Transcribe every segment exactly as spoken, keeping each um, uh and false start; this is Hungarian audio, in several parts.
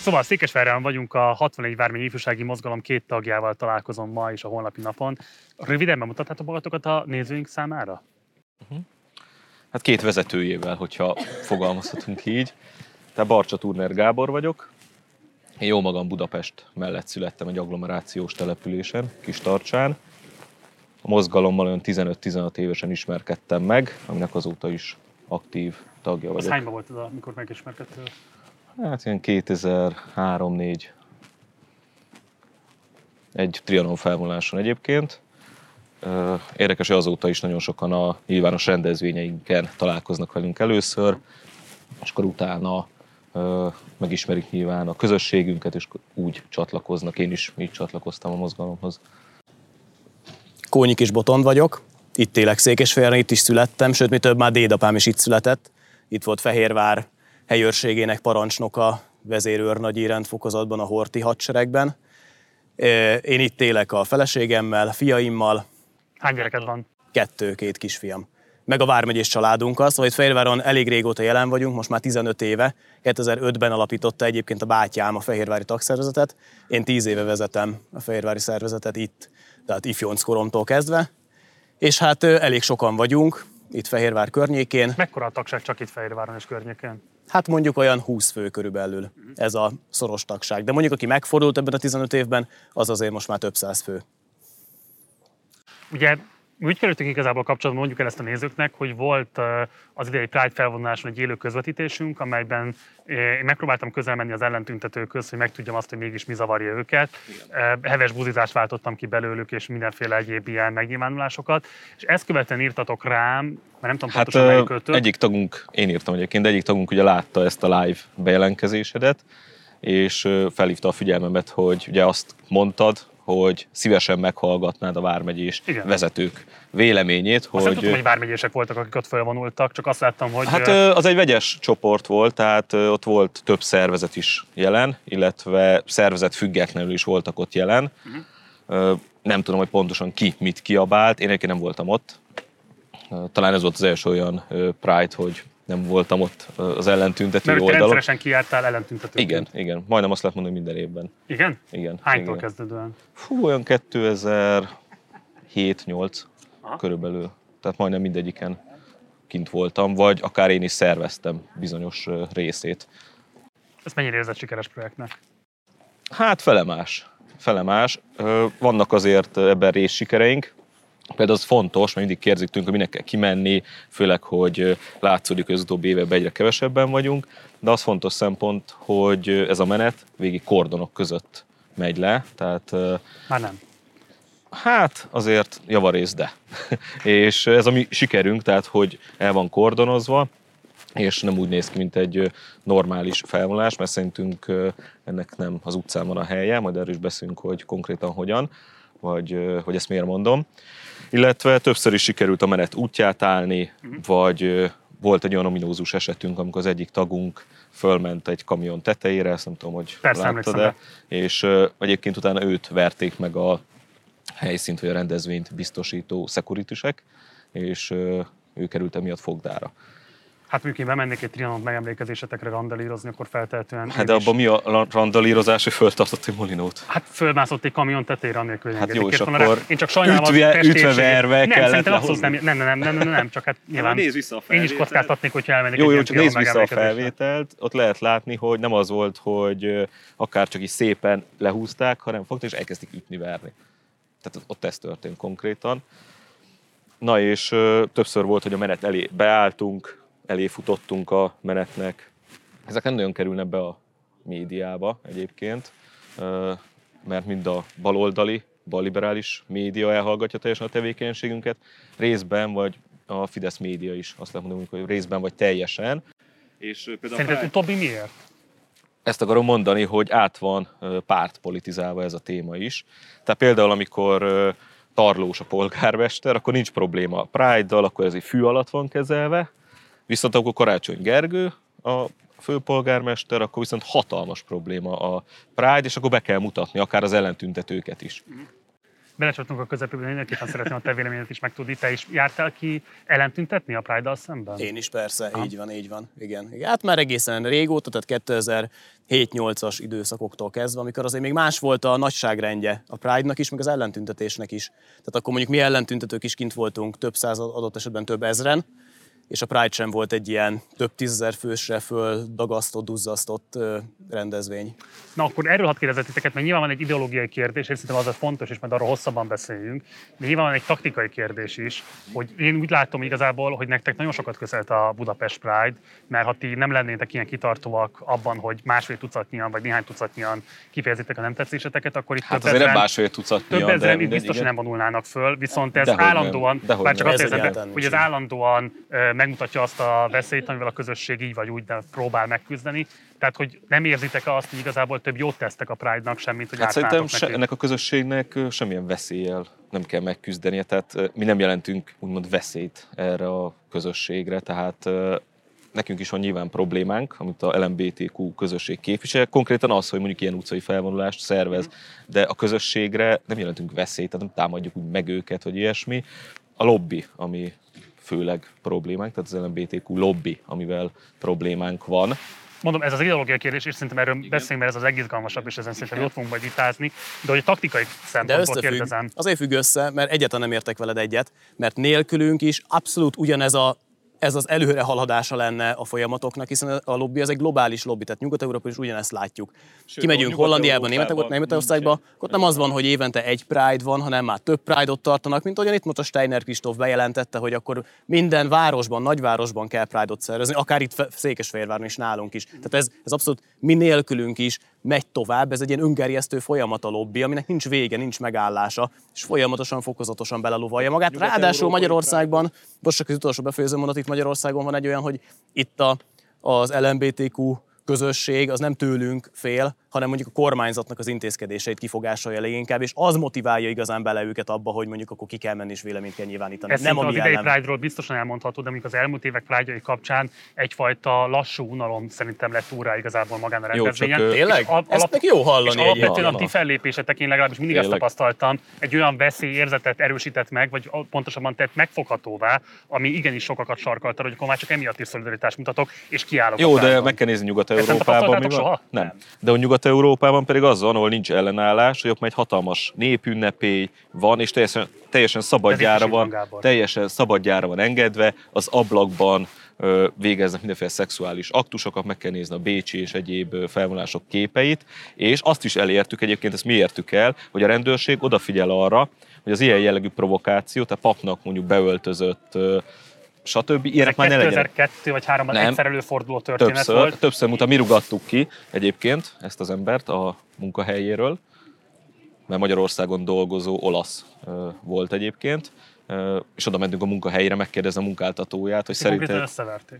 Szóval Székesfehérváron vagyunk, a hatvanegy vármegyi ifjúsági mozgalom két tagjával találkozom ma és a holnapi napon. Röviden bemutathatok magatokat a nézőink számára? Uh-huh. Hát két vezetőjével, hogyha fogalmazhatunk így. Tehát Barcsa Turner Gábor vagyok. Én jó magam Budapest mellett születtem egy agglomerációs településen, Kistarcsán. A mozgalommal olyan tizenöt-tizenhat évesen ismerkedtem meg, aminek azóta is aktív tagja vagyok. Az hányban volt az, amikor megismerkedtél? Hát ilyen kétezer-három-négy. Egy Trianon felvonuláson egyébként. Érdekes, hogy azóta is nagyon sokan a nyilvános rendezvényeinken találkoznak velünk először, és akkor utána megismerik nyilván a közösségünket, és úgy csatlakoznak. Én is így csatlakoztam a mozgalomhoz. Kónyi Kis Botond vagyok, itt élek Székesfehérváron, itt is születtem, sőt, mi több, már dédapám is itt született. Itt volt Fehérvár helyőrségének parancsnoka, vezérőrnagyi rendfokozatban, a Horthy hadseregben. Én itt élek a feleségemmel, fiaimmal. Hány gyereked van? Kettő, két kisfiam. Meg a vármegyés családunkkal, szóval itt Fehérváron elég régóta jelen vagyunk, most már tizenöt éve. kétezer-ötben alapította egyébként a bátyám a fehérvári tagszervezetet. Én tíz éve vezetem a fehérvári szervezetet itt, tehát ifjonc koromtól kezdve. És hát elég sokan vagyunk itt Fehérvár környékén. Mekkora a tagság csak itt Fehérváron és környékén? Hát mondjuk olyan húsz fő körülbelül ez a szoros tagság. De mondjuk, aki megfordult ebben a tizenöt évben, az azért most már több száz fő. Ugye úgy kerültünk igazából kapcsolatban, mondjuk el ezt a nézőknek, hogy volt az idei Pride felvonuláson egy élő közvetítésünk, amelyben én megpróbáltam közel menni az ellentüntetőkhöz, hogy megtudjam azt, hogy mégis mi zavarja őket. Igen. Heves buzizást váltottam ki belőlük, és mindenféle egyéb ilyen megnyilvánulásokat. És ezt követően írtatok rám, mert nem tudom hát pontosan melyik költő. Egyik tagunk, én írtam egyébként, de egyik tagunk ugye látta ezt a live bejelentkezésedet, és felhívta a figyelmemet, hogy ugye azt mondtad, hogy szívesen meghallgatnád a vármegyés Igen. vezetők véleményét. Azt hogy... nem tudtam, hogy vármegyések voltak, akik ott felvonultak, csak azt láttam, hogy... Hát az egy vegyes csoport volt, tehát ott volt több szervezet is jelen, illetve szervezet függetlenül is voltak ott jelen. Uh-huh. Nem tudom, hogy pontosan ki mit kiabált, én egyébként nem voltam ott. Talán ez volt az első olyan Pride, hogy nem voltam ott az ellentüntető Mert oldalon. Mert rendszeresen kijártál ellentüntetőként. Igen, igen. Majdnem azt lehet mondani minden évben. Igen? Igen. Hánytól igen. kezdődően? Fú, olyan kétezer-hét-nyolc körülbelül. Tehát majdnem mindegyiken kint voltam, vagy akár én is szerveztem bizonyos részét. Ez mennyire érzed sikeres projektnek? Hát felemás. Felemás. Vannak azért ebben részsikereink. Például az fontos, mert mindig kérdezik tőlünk, hogy minek kell kimenni, főleg, hogy látszódik, hogy az utóbbi években egyre kevesebben vagyunk, de az fontos szempont, hogy ez a menet végig kordonok között megy le, tehát... Már nem. Hát azért javarész, de. És ez a mi sikerünk, tehát hogy el van kordonozva, és nem úgy néz ki, mint egy normális felvonulás, mert szerintünk ennek nem az utcán van a helye, majd erről is beszélünk, hogy konkrétan hogyan, vagy hogy ezt miért mondom. Illetve többször is sikerült a menet útját állni, uh-huh. vagy volt egy olyan ominózus esetünk, amikor az egyik tagunk fölment egy kamion tetejére, ezt nem tudom, hogy láttad-e, és uh, egyébként utána őt verték meg a helyszínt, vagy a rendezvényt biztosító szekuritisek, és uh, ő került emiatt fogdára. Hát mondjuk én bemennék egy Trianont megemlékezésetekre randalírozni, akkor feltehetően... Hát de abban mi a randalírozás, hogy föltartott egy molinót? Hát fölmászott egy kamion tetejére annélkül, hogy hát jó, és akkor rá. Én csak sajnálom ütve, ütve verve nem, kellett lehozni. Nem, nem, nem, nem, nem, nem, csak hát nyilván én is kockáztatnék, hogyha elmennék jó, egy jó, csak nézd vissza a felvételt. felvételt, ott lehet látni, hogy nem az volt, hogy akár csak is szépen lehúzták, hanem fogták és elkezdték ütni, verni. Tehát ott ez történt konkrétan. Na és többször volt, hogy a menet elé beálltunk, elé futottunk a menetnek. Ezek nem nagyon kerülnek be a médiába egyébként, mert mind a baloldali, balliberális média elhallgatja teljesen a tevékenységünket, részben vagy a Fidesz média is, azt lehet mondani, hogy részben vagy teljesen. És szerinted utóbbi miért? Ezt akarom mondani, hogy át van pártpolitizálva ez a téma is. Tehát például, amikor Tarlós a polgármester, akkor nincs probléma a Pride-dal, akkor ez egy fű alatt van kezelve, viszont akkor Karácsony Gergő a főpolgármester, akkor viszont hatalmas probléma a Pride, és akkor be kell mutatni akár az ellentüntetőket is. Belecsattunk a közepébe, mindenképpen szeretném a te véleményet is megtudni. Te is jártál ki ellentüntetni a Pride-dal szemben? Én is persze, ha. így van, így van. Igen. Igen. Hát már egészen régóta, tehát kétezer-hét-nyolcas időszakoktól kezdve, amikor azért még más volt a nagyságrendje a Pride-nak is, meg az ellentüntetésnek is. Tehát akkor mondjuk mi ellentüntetők is kint voltunk, több száz, adott esetben több ezren, és a Pride sem volt egy ilyen több tízezer fősre földagasztott, duzzasztott rendezvény. Na akkor erről hadd kérdezett titeket, mert nyilván van egy ideológiai kérdés, és szerintem az fontos, és majd arról hosszabban beszéljünk, de nyilván van egy taktikai kérdés is, hogy én úgy látom igazából, hogy nektek nagyon sokat köszönt a Budapest Pride, mert ha ti nem lennétek ilyen kitartóak abban, hogy másfél tucatnyian vagy néhány tucatnyian kifejezitek a nem tetszéseteket, akkor itt hát több ezeren, másfél tucatnyian, több ezeren itt biztos, hogy nem vonulnának föl, viszont ez állandóan, bár csak azt érzem, hogy ez állandóan megmutatja azt a veszélyt, amivel a közösség így vagy úgy de próbál megküzdeni. Tehát, hogy nem érzitek azt, hogy igazából több jót tesztek a Pride-nak, semmit, hogy hát átlátok neki. Ennek a közösségnek semmilyen veszéllyel nem kell megküzdenie, tehát mi nem jelentünk úgymond veszélyt erre a közösségre, tehát nekünk is van nyilván problémánk, amit a el em bé té kú közösség képvisel, konkrétan az, hogy mondjuk ilyen utcai felvonulást szervez, de a közösségre nem jelentünk veszélyt, tehát nem támadjuk úgy meg őket, vagy ilyesmi. A lobby, ami főleg problémánk, tehát az el em bé té kú lobby, amivel problémánk van. Mondom, ez az ideológiai kérdés, és szerintem erről igen. beszélünk, mert ez az legizgalmasabb, és ezen szerintem jót fogunk majd vitázni, de hogy a taktikai szempontból kérdezem. Azért függ össze, mert egyáltalán nem értek veled egyet, mert nélkülünk is abszolút ugyanez a ez az előrehaladása lenne a folyamatoknak, hiszen a lobby az egy globális lobby, tehát Nyugat-Európában is ugyanezt látjuk. Sőt, Kimegyünk Hollandiába, Németországba, ott nem az van, hogy évente egy Pride van, hanem már több Pride-ot tartanak, mint ahogyan itt most a Steiner Kristóf bejelentette, hogy akkor minden városban, nagyvárosban kell Pride-ot szervezni, akár itt Székesfehérváron is nálunk is. Tehát ez, ez abszolút mi nélkülünk is megy tovább, ez egy ilyen öngerjesztő folyamat a lobby, aminek nincs vége, nincs megállása, és folyamatosan, fokozatosan belelovalja magát. Ráadásul Magyarországban, most csak az utolsó befejező mondat, itt Magyarországon van egy olyan, hogy itt a, az el em bé té kú közösség az nem tőlünk fél, hanem mondjuk a kormányzatnak az intézkedéseit kifogásolja leginkább, és az motiválja igazán bele őket abba, hogy mondjuk akkor ki kell menni és véleményt kell nyilvánítani. Ez nem az idei Pride-ról biztosan elmondható, de mondjuk az elmúlt évek Pride-jai kapcsán egyfajta lassú unalom szerintem lett úrá igazából magán a rendezvényen. Jó, tényleg? A, Ezt meg jó hallani. És alapvetően a ti fellépésetek, én legalábbis mindig tényleg. Ezt tapasztaltam, egy olyan veszélyérzetet erősített meg, vagy pontosabban tett megfoghatóvá, ami igenis sokakat sarkalt arra, hogy akkor már csak emiatt is szolidaritást mutatok, és kiállok. Jó, de meg kell nézni Nyugat-Európában. Mi van? Nem. De a Nyugat-Európában pedig az van, ahol nincs ellenállás, hogy ott már egy hatalmas népünnepély van, és teljesen, teljesen szabadjára van, van teljesen szabadjára van engedve, az ablakban ö, végeznek mindenféle szexuális aktusokat, meg kell nézni a bécsi és egyéb felvonulások képeit, és azt is elértük, egyébként ezt mi értük el, hogy a rendőrség odafigyel arra, hogy az ilyen jellegű provokáció, tehát papnak mondjuk beöltözött ö, stb. Ilyenek már ne legyen. kétezer-kettő vagy háromban egyszer előforduló történet többször, volt. Többször mutat, mi rugattuk ki egyébként ezt az embert a munkahelyéről, mert Magyarországon dolgozó olasz volt egyébként, és oda mentünk a munkahelyére megkérdezni a munkáltatóját, hogy szerintem... összeverték.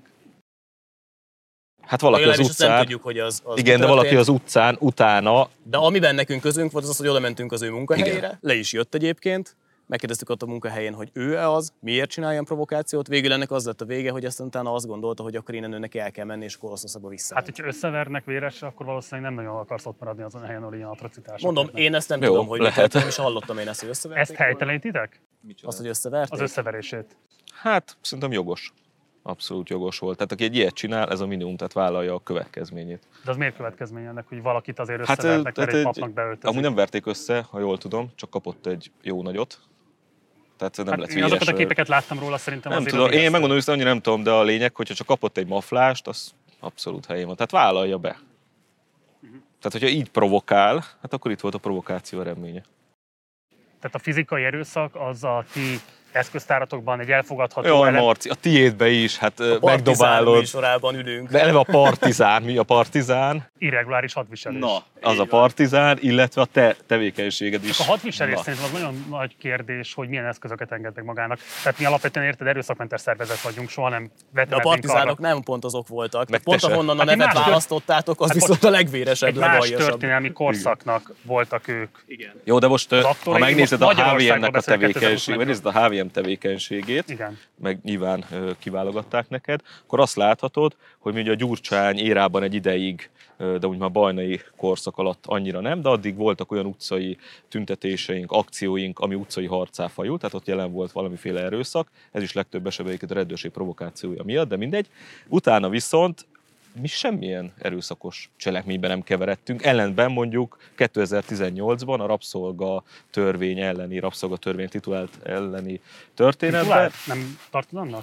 Hát valaki az utcán, nem tudjuk, hogy az, az igen, de valaki az utcán utána... De amiben nekünk közünk volt, az az, hogy oda mentünk az ő munkahelyére, igen. Le is jött egyébként, megkérdeztük ott a munkahelyén, hogy ő-e az, miért csinál ilyen provokációt, végül ennek az lett a vége, hogy aztán utána azt gondolta, hogy akkor innen önnek el kell menni, és akkor Olaszországba vissza. Hát, hogyha összevernek véresre, akkor valószínűleg nem nagyon akarsz ott maradni azon a helyen, ahol ilyen atrocitások. Mondom, én ezt nem jó, tudom, hogy lehet. Nem is hallottam én ezt, hogy összeverték. Ezt helytelenítitek? Azt, hogy összeverték? Az összeverését. Hát, szerintem jogos. Abszolút jogos volt. Tehát aki egy ilyet csinál, ez a minimum, tehát vállalja a következményét. De az miért következmény ennek, hogy valakit azért összevernek, hát, mert egy papnak beöltözik? Amúgy nem verték össze, ha jól tudom, csak kapott egy jó nagyot. Tehát nem hát lett én azokat a képeket láttam róla, szerintem nem azért tudom. Én megmondom, hogy annyira nem tudom, de a lényeg, hogyha csak kapott egy maflást, az abszolút helyén van. Tehát vállalja be. Uh-huh. Tehát, hogyha így provokál, hát akkor itt volt a provokáció eredménye. Tehát a fizikai erőszak az a ti eszköztáratokban egy elfogadható Jaj, elem. Marci, a tiédbe is, hát a megdobálod. A sorában ülünk. De eleve a partizán, mi a partizán? Irreguláris hadviselés. Na, az a partizán, illetve a te tevékenységed is. Csak a hadviselés szerintem az nagyon nagy kérdés, hogy milyen eszközöket engednek magának. Tehát mi alapvetően érted erőszakmentes szervezet vagyunk, soha nem vetemettünk. De a partizánok arra. Nem pont azok voltak. Meg pont ahonnan a hát nevet választottátok, az hát viszont a legvéresebb, egy más történelmi korszaknak voltak ők. Igen. Jó, de most ha megnézed a há vé em-nek a tevékenységét, megnézed a há vé em engem tevékenységét, Igen. meg nyilván kiválogatták neked, akkor azt láthatod, hogy mi ugye a Gyurcsány érában egy ideig, de úgy már bajnai korszak alatt annyira nem, de addig voltak olyan utcai tüntetéseink, akcióink, ami utcai harccá fajult, tehát ott jelen volt valamiféle erőszak, ez is legtöbb esetben a rendőrség provokációja miatt, de mindegy. Utána viszont mi semmilyen erőszakos cselekményben nem keveredtünk, ellenben mondjuk kétezer-tizennyolcban a rabszolga törvény elleni, rabszolga törvény titulált elleni történetben. Titulált? Nem tartod annak?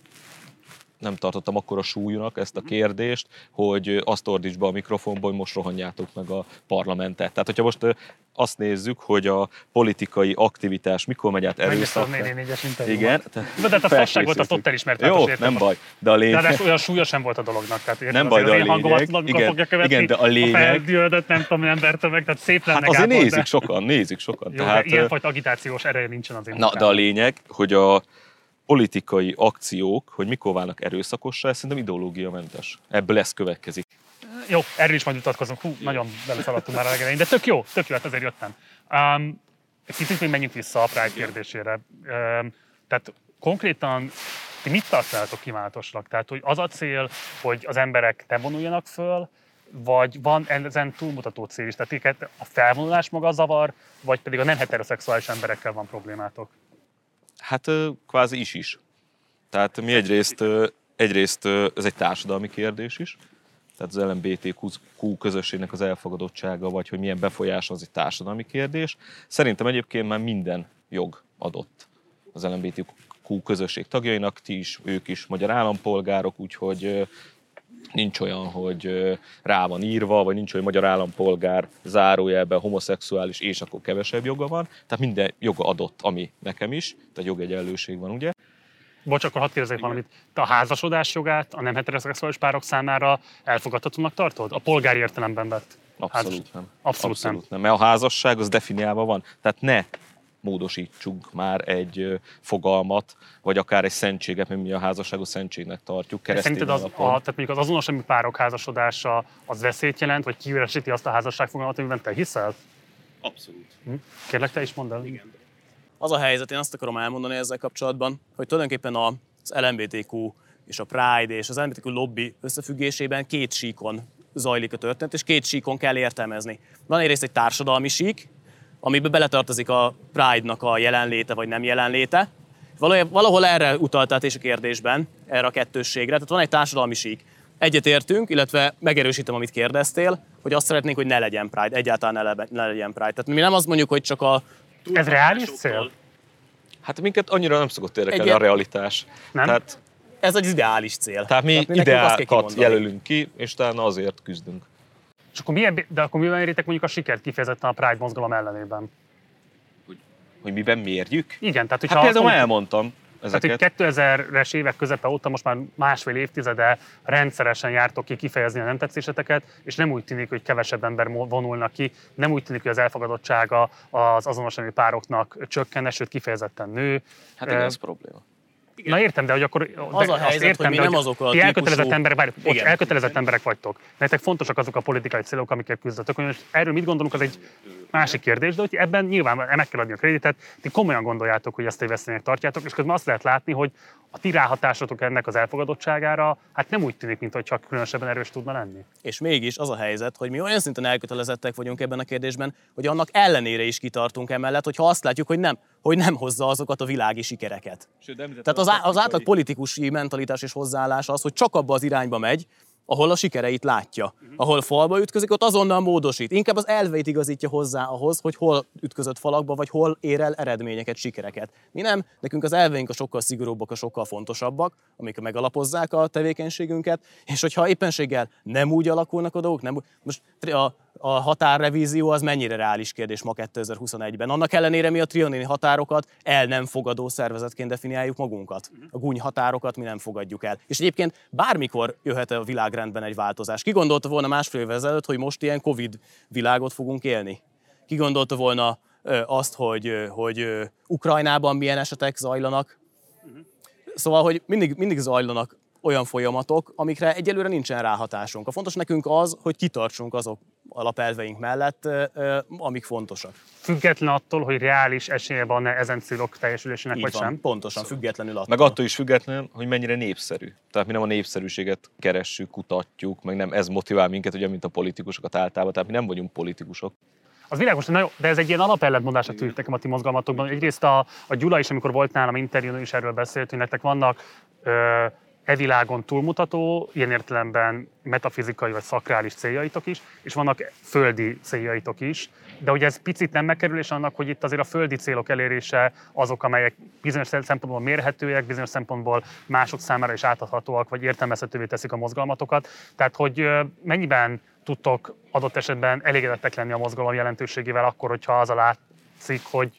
Nem tartottam akkora súlyúnak ezt a kérdést, hogy azt ordíts be a mikrofonba, hogy most rohanjátok meg a parlamentet. Tehát, hogyha most azt nézzük, hogy a politikai aktivitás mikor megy át erőszak. Igen. De hát a fasság volt, azt ott elismertem. Jó, nem baj, de a lényeg. De olyan súlyos sem volt a dolognak. Tehát nem baj, de a lényeg. Igen, fogja követni, igen, de a lényeg. A felgyűlödött, nem tudom, embertömeg, tehát szép lenne. Hát azért Gábor, nézik de... sokan, nézik sokan. Jó, tehát, ilyenfajta agitációs ereje nincsen az én Na, de a lényeg, hogy a politikai akciók, hogy mikor válnak erőszakossá, ez szerintem ideológiamentes. Ebből ez következik. Jó, erről is majd vitatkozunk. Hú, nagyon beleszaladtunk már a legelején, de tök jó, tök jó, hát ezért jöttem. Um, egy kicsit még menjünk vissza a Pride kérdésére. Um, tehát konkrétan ti mit tartjátok kívánatosnak? Tehát, hogy az a cél, hogy az emberek ne vonuljanak föl, vagy van ezen túlmutató cél is? Tehát a felvonulás maga zavar, vagy pedig a nem heteroszexuális emberekkel van problémátok? Hát kvázi is is. Tehát mi egyrészt, egyrészt ez egy társadalmi kérdés is, tehát az el em bé té kú közösségnek az elfogadottsága, vagy hogy milyen befolyása, az egy társadalmi kérdés. Szerintem egyébként már minden jog adott az el em bé té kú közösség tagjainak, ti is, ők is magyar állampolgárok, úgyhogy nincs olyan, hogy rá van írva, vagy nincs olyan, hogy magyar állampolgár zárójelben homoszexuális, és akkor kevesebb joga van. Tehát minden joga adott, ami nekem is, tehát jogegyenlőség van, ugye? Bocs, akkor hadd kérdezzek valamit. Te a házasodás jogát a nem heteroszexuális párok számára elfogadhatónak tartod? A polgári értelemben vett? Abszolút házas... nem. Abszolút, Abszolút nem. nem. Mert a házasság az definiálva van. Tehát ne módosítsunk már egy fogalmat, vagy akár egy szentséget, mert mi a házasságot szentségnek tartjuk. Szerinted az, a, tehát mondjuk az azonos nemű párok házasodása az veszélyt jelent, vagy kiüresíti azt a házasságfogalmat, amiben te hiszel? Abszolút. Hm? Kérlek, te is mondd el. Igen. Az a helyzet, én azt akarom elmondani ezzel kapcsolatban, hogy tulajdonképpen az el em bé té kú és a Pride és az el em bé té kú lobby összefüggésében két síkon zajlik a történet, és két síkon kell értelmezni. Van egyrészt egy társadalmi sík, amiben beletartozik a Pride-nak a jelenléte vagy nem jelenléte. Valahol erre utaltál is a kérdésben, erre a kettősségre. Tehát van egy társadalmi sík. Egyetértünk, illetve megerősítem, amit kérdeztél, hogy azt szeretnénk, hogy ne legyen Pride, egyáltalán ne, le, ne legyen Pride. Tehát mi nem azt mondjuk, hogy csak a... Ez reális cél? Hát minket annyira nem szokott érdekelni Egy... a realitás. Nem? Tehát, ez egy ideális cél. Tehát mi tehát ideákat jelölünk ki, és talán azért küzdünk. És akkor milyen, de akkor miben éritek mondjuk a sikert kifejezetten a Pride mozgalom ellenében? Hogy, hogy miben mérjük? Igen, tehát hogyha hát például mondjuk, elmondtam ezeket. Tehát, hogy kétezres évek közepe óta, most már másfél évtizede rendszeresen jártok ki kifejezni a nem tetszéseteket, és nem úgy tűnik, hogy kevesebb ember vonulnak ki, nem úgy tűnik, hogy az elfogadottsága az azonos nemű pároknak csökkenne, sőt kifejezetten nő. Hát igen, ez probléma. Na értem, de hogy akkor az a helyzet, értem, hogy mi nem azok a típusú... elkötelezett emberek, bár, bocs, elkötelezett emberek vagytok. Nektek fontosak azok a politikai célok, amiket küzdötök. Hogy erről mit gondolunk, az egy másik kérdés, de hogy ebben nyilván meg kell adni a kreditet. Ti komolyan gondoljátok, hogy ezt egy veszélynek tartjátok, és közben azt lehet látni, hogy a ti ráhatásotok ennek az elfogadottságára, hát nem úgy tűnik, mintha különösebben erős tudna lenni. És mégis az a helyzet, hogy mi olyan szinten elkötelezettek vagyunk ebben a kérdésben, hogy annak ellenére is kitartunk emellett, hogyha azt látjuk, hogy nem, hogy nem hozza azokat a világi sikereket. Sőt, Tehát az, az átlag politikusi mentalitás és hozzáállás az, hogy csak abba az irányba megy, ahol a sikereit látja. Uh-huh. Ahol falba ütközik, ott azonnal módosít. Inkább az elveit igazítja hozzá ahhoz, hogy hol ütközött falakba, vagy hol ér el eredményeket, sikereket. Mi nem, nekünk az elveink a sokkal szigorúbbak, a sokkal fontosabbak, amik megalapozzák a tevékenységünket, és hogyha éppenséggel nem úgy alakulnak a dolgok, nem úgy, most a, a határrevízió az mennyire reális kérdés ma kétezer-huszonegyben. Annak ellenére mi a trianoni határokat el nem fogadó szervezetként definiáljuk magunkat. A gúny határokat mi nem fogadjuk el. És egyébként bármikor jöhet a világrendben egy változás. Ki gondolta volna másfél évvel ezelőtt, hogy most ilyen Covid világot fogunk élni? Ki gondolta volna ö, azt, hogy, ö, hogy ö, Ukrajnában milyen esetek zajlanak? Szóval, hogy mindig, mindig zajlanak olyan folyamatok, amikre egyelőre nincsen ráhatásunk. A fontos nekünk az, hogy kitartsunk azok alapelveink mellett, amik fontosak. Független attól, hogy reális esélye van ezen célok teljesülésének, Így vagy van, sem? pontosan, függetlenül attól. Meg attól is függetlenül, hogy mennyire népszerű. Tehát mi nem a népszerűséget keressük, kutatjuk, meg nem ez motivál minket, ugye, mint a politikusokat általában, tehát mi nem vagyunk politikusok. Az világos, na jó, de ez egy ilyen alapellentmondásra tűnt nekem a ti mozgalmatokban. Egyrészt a, a Gyula is, amikor volt nálam interjún, is erről beszélt, hogy nektek vannak ö, e világon túlmutató, ilyen értelemben metafizikai vagy szakrális céljaitok is, és vannak földi céljaitok is, de hogy ez picit nem megkerülés annak, hogy itt azért a földi célok elérése azok, amelyek bizonyos szempontból mérhetőek, bizonyos szempontból mások számára is átadhatóak, vagy értelmezhetővé teszik a mozgalmatokat. Tehát, hogy ö, mennyiben tudtok adott esetben elégedettek lenni a mozgalom jelentőségével akkor, hogyha az a látszik, hogy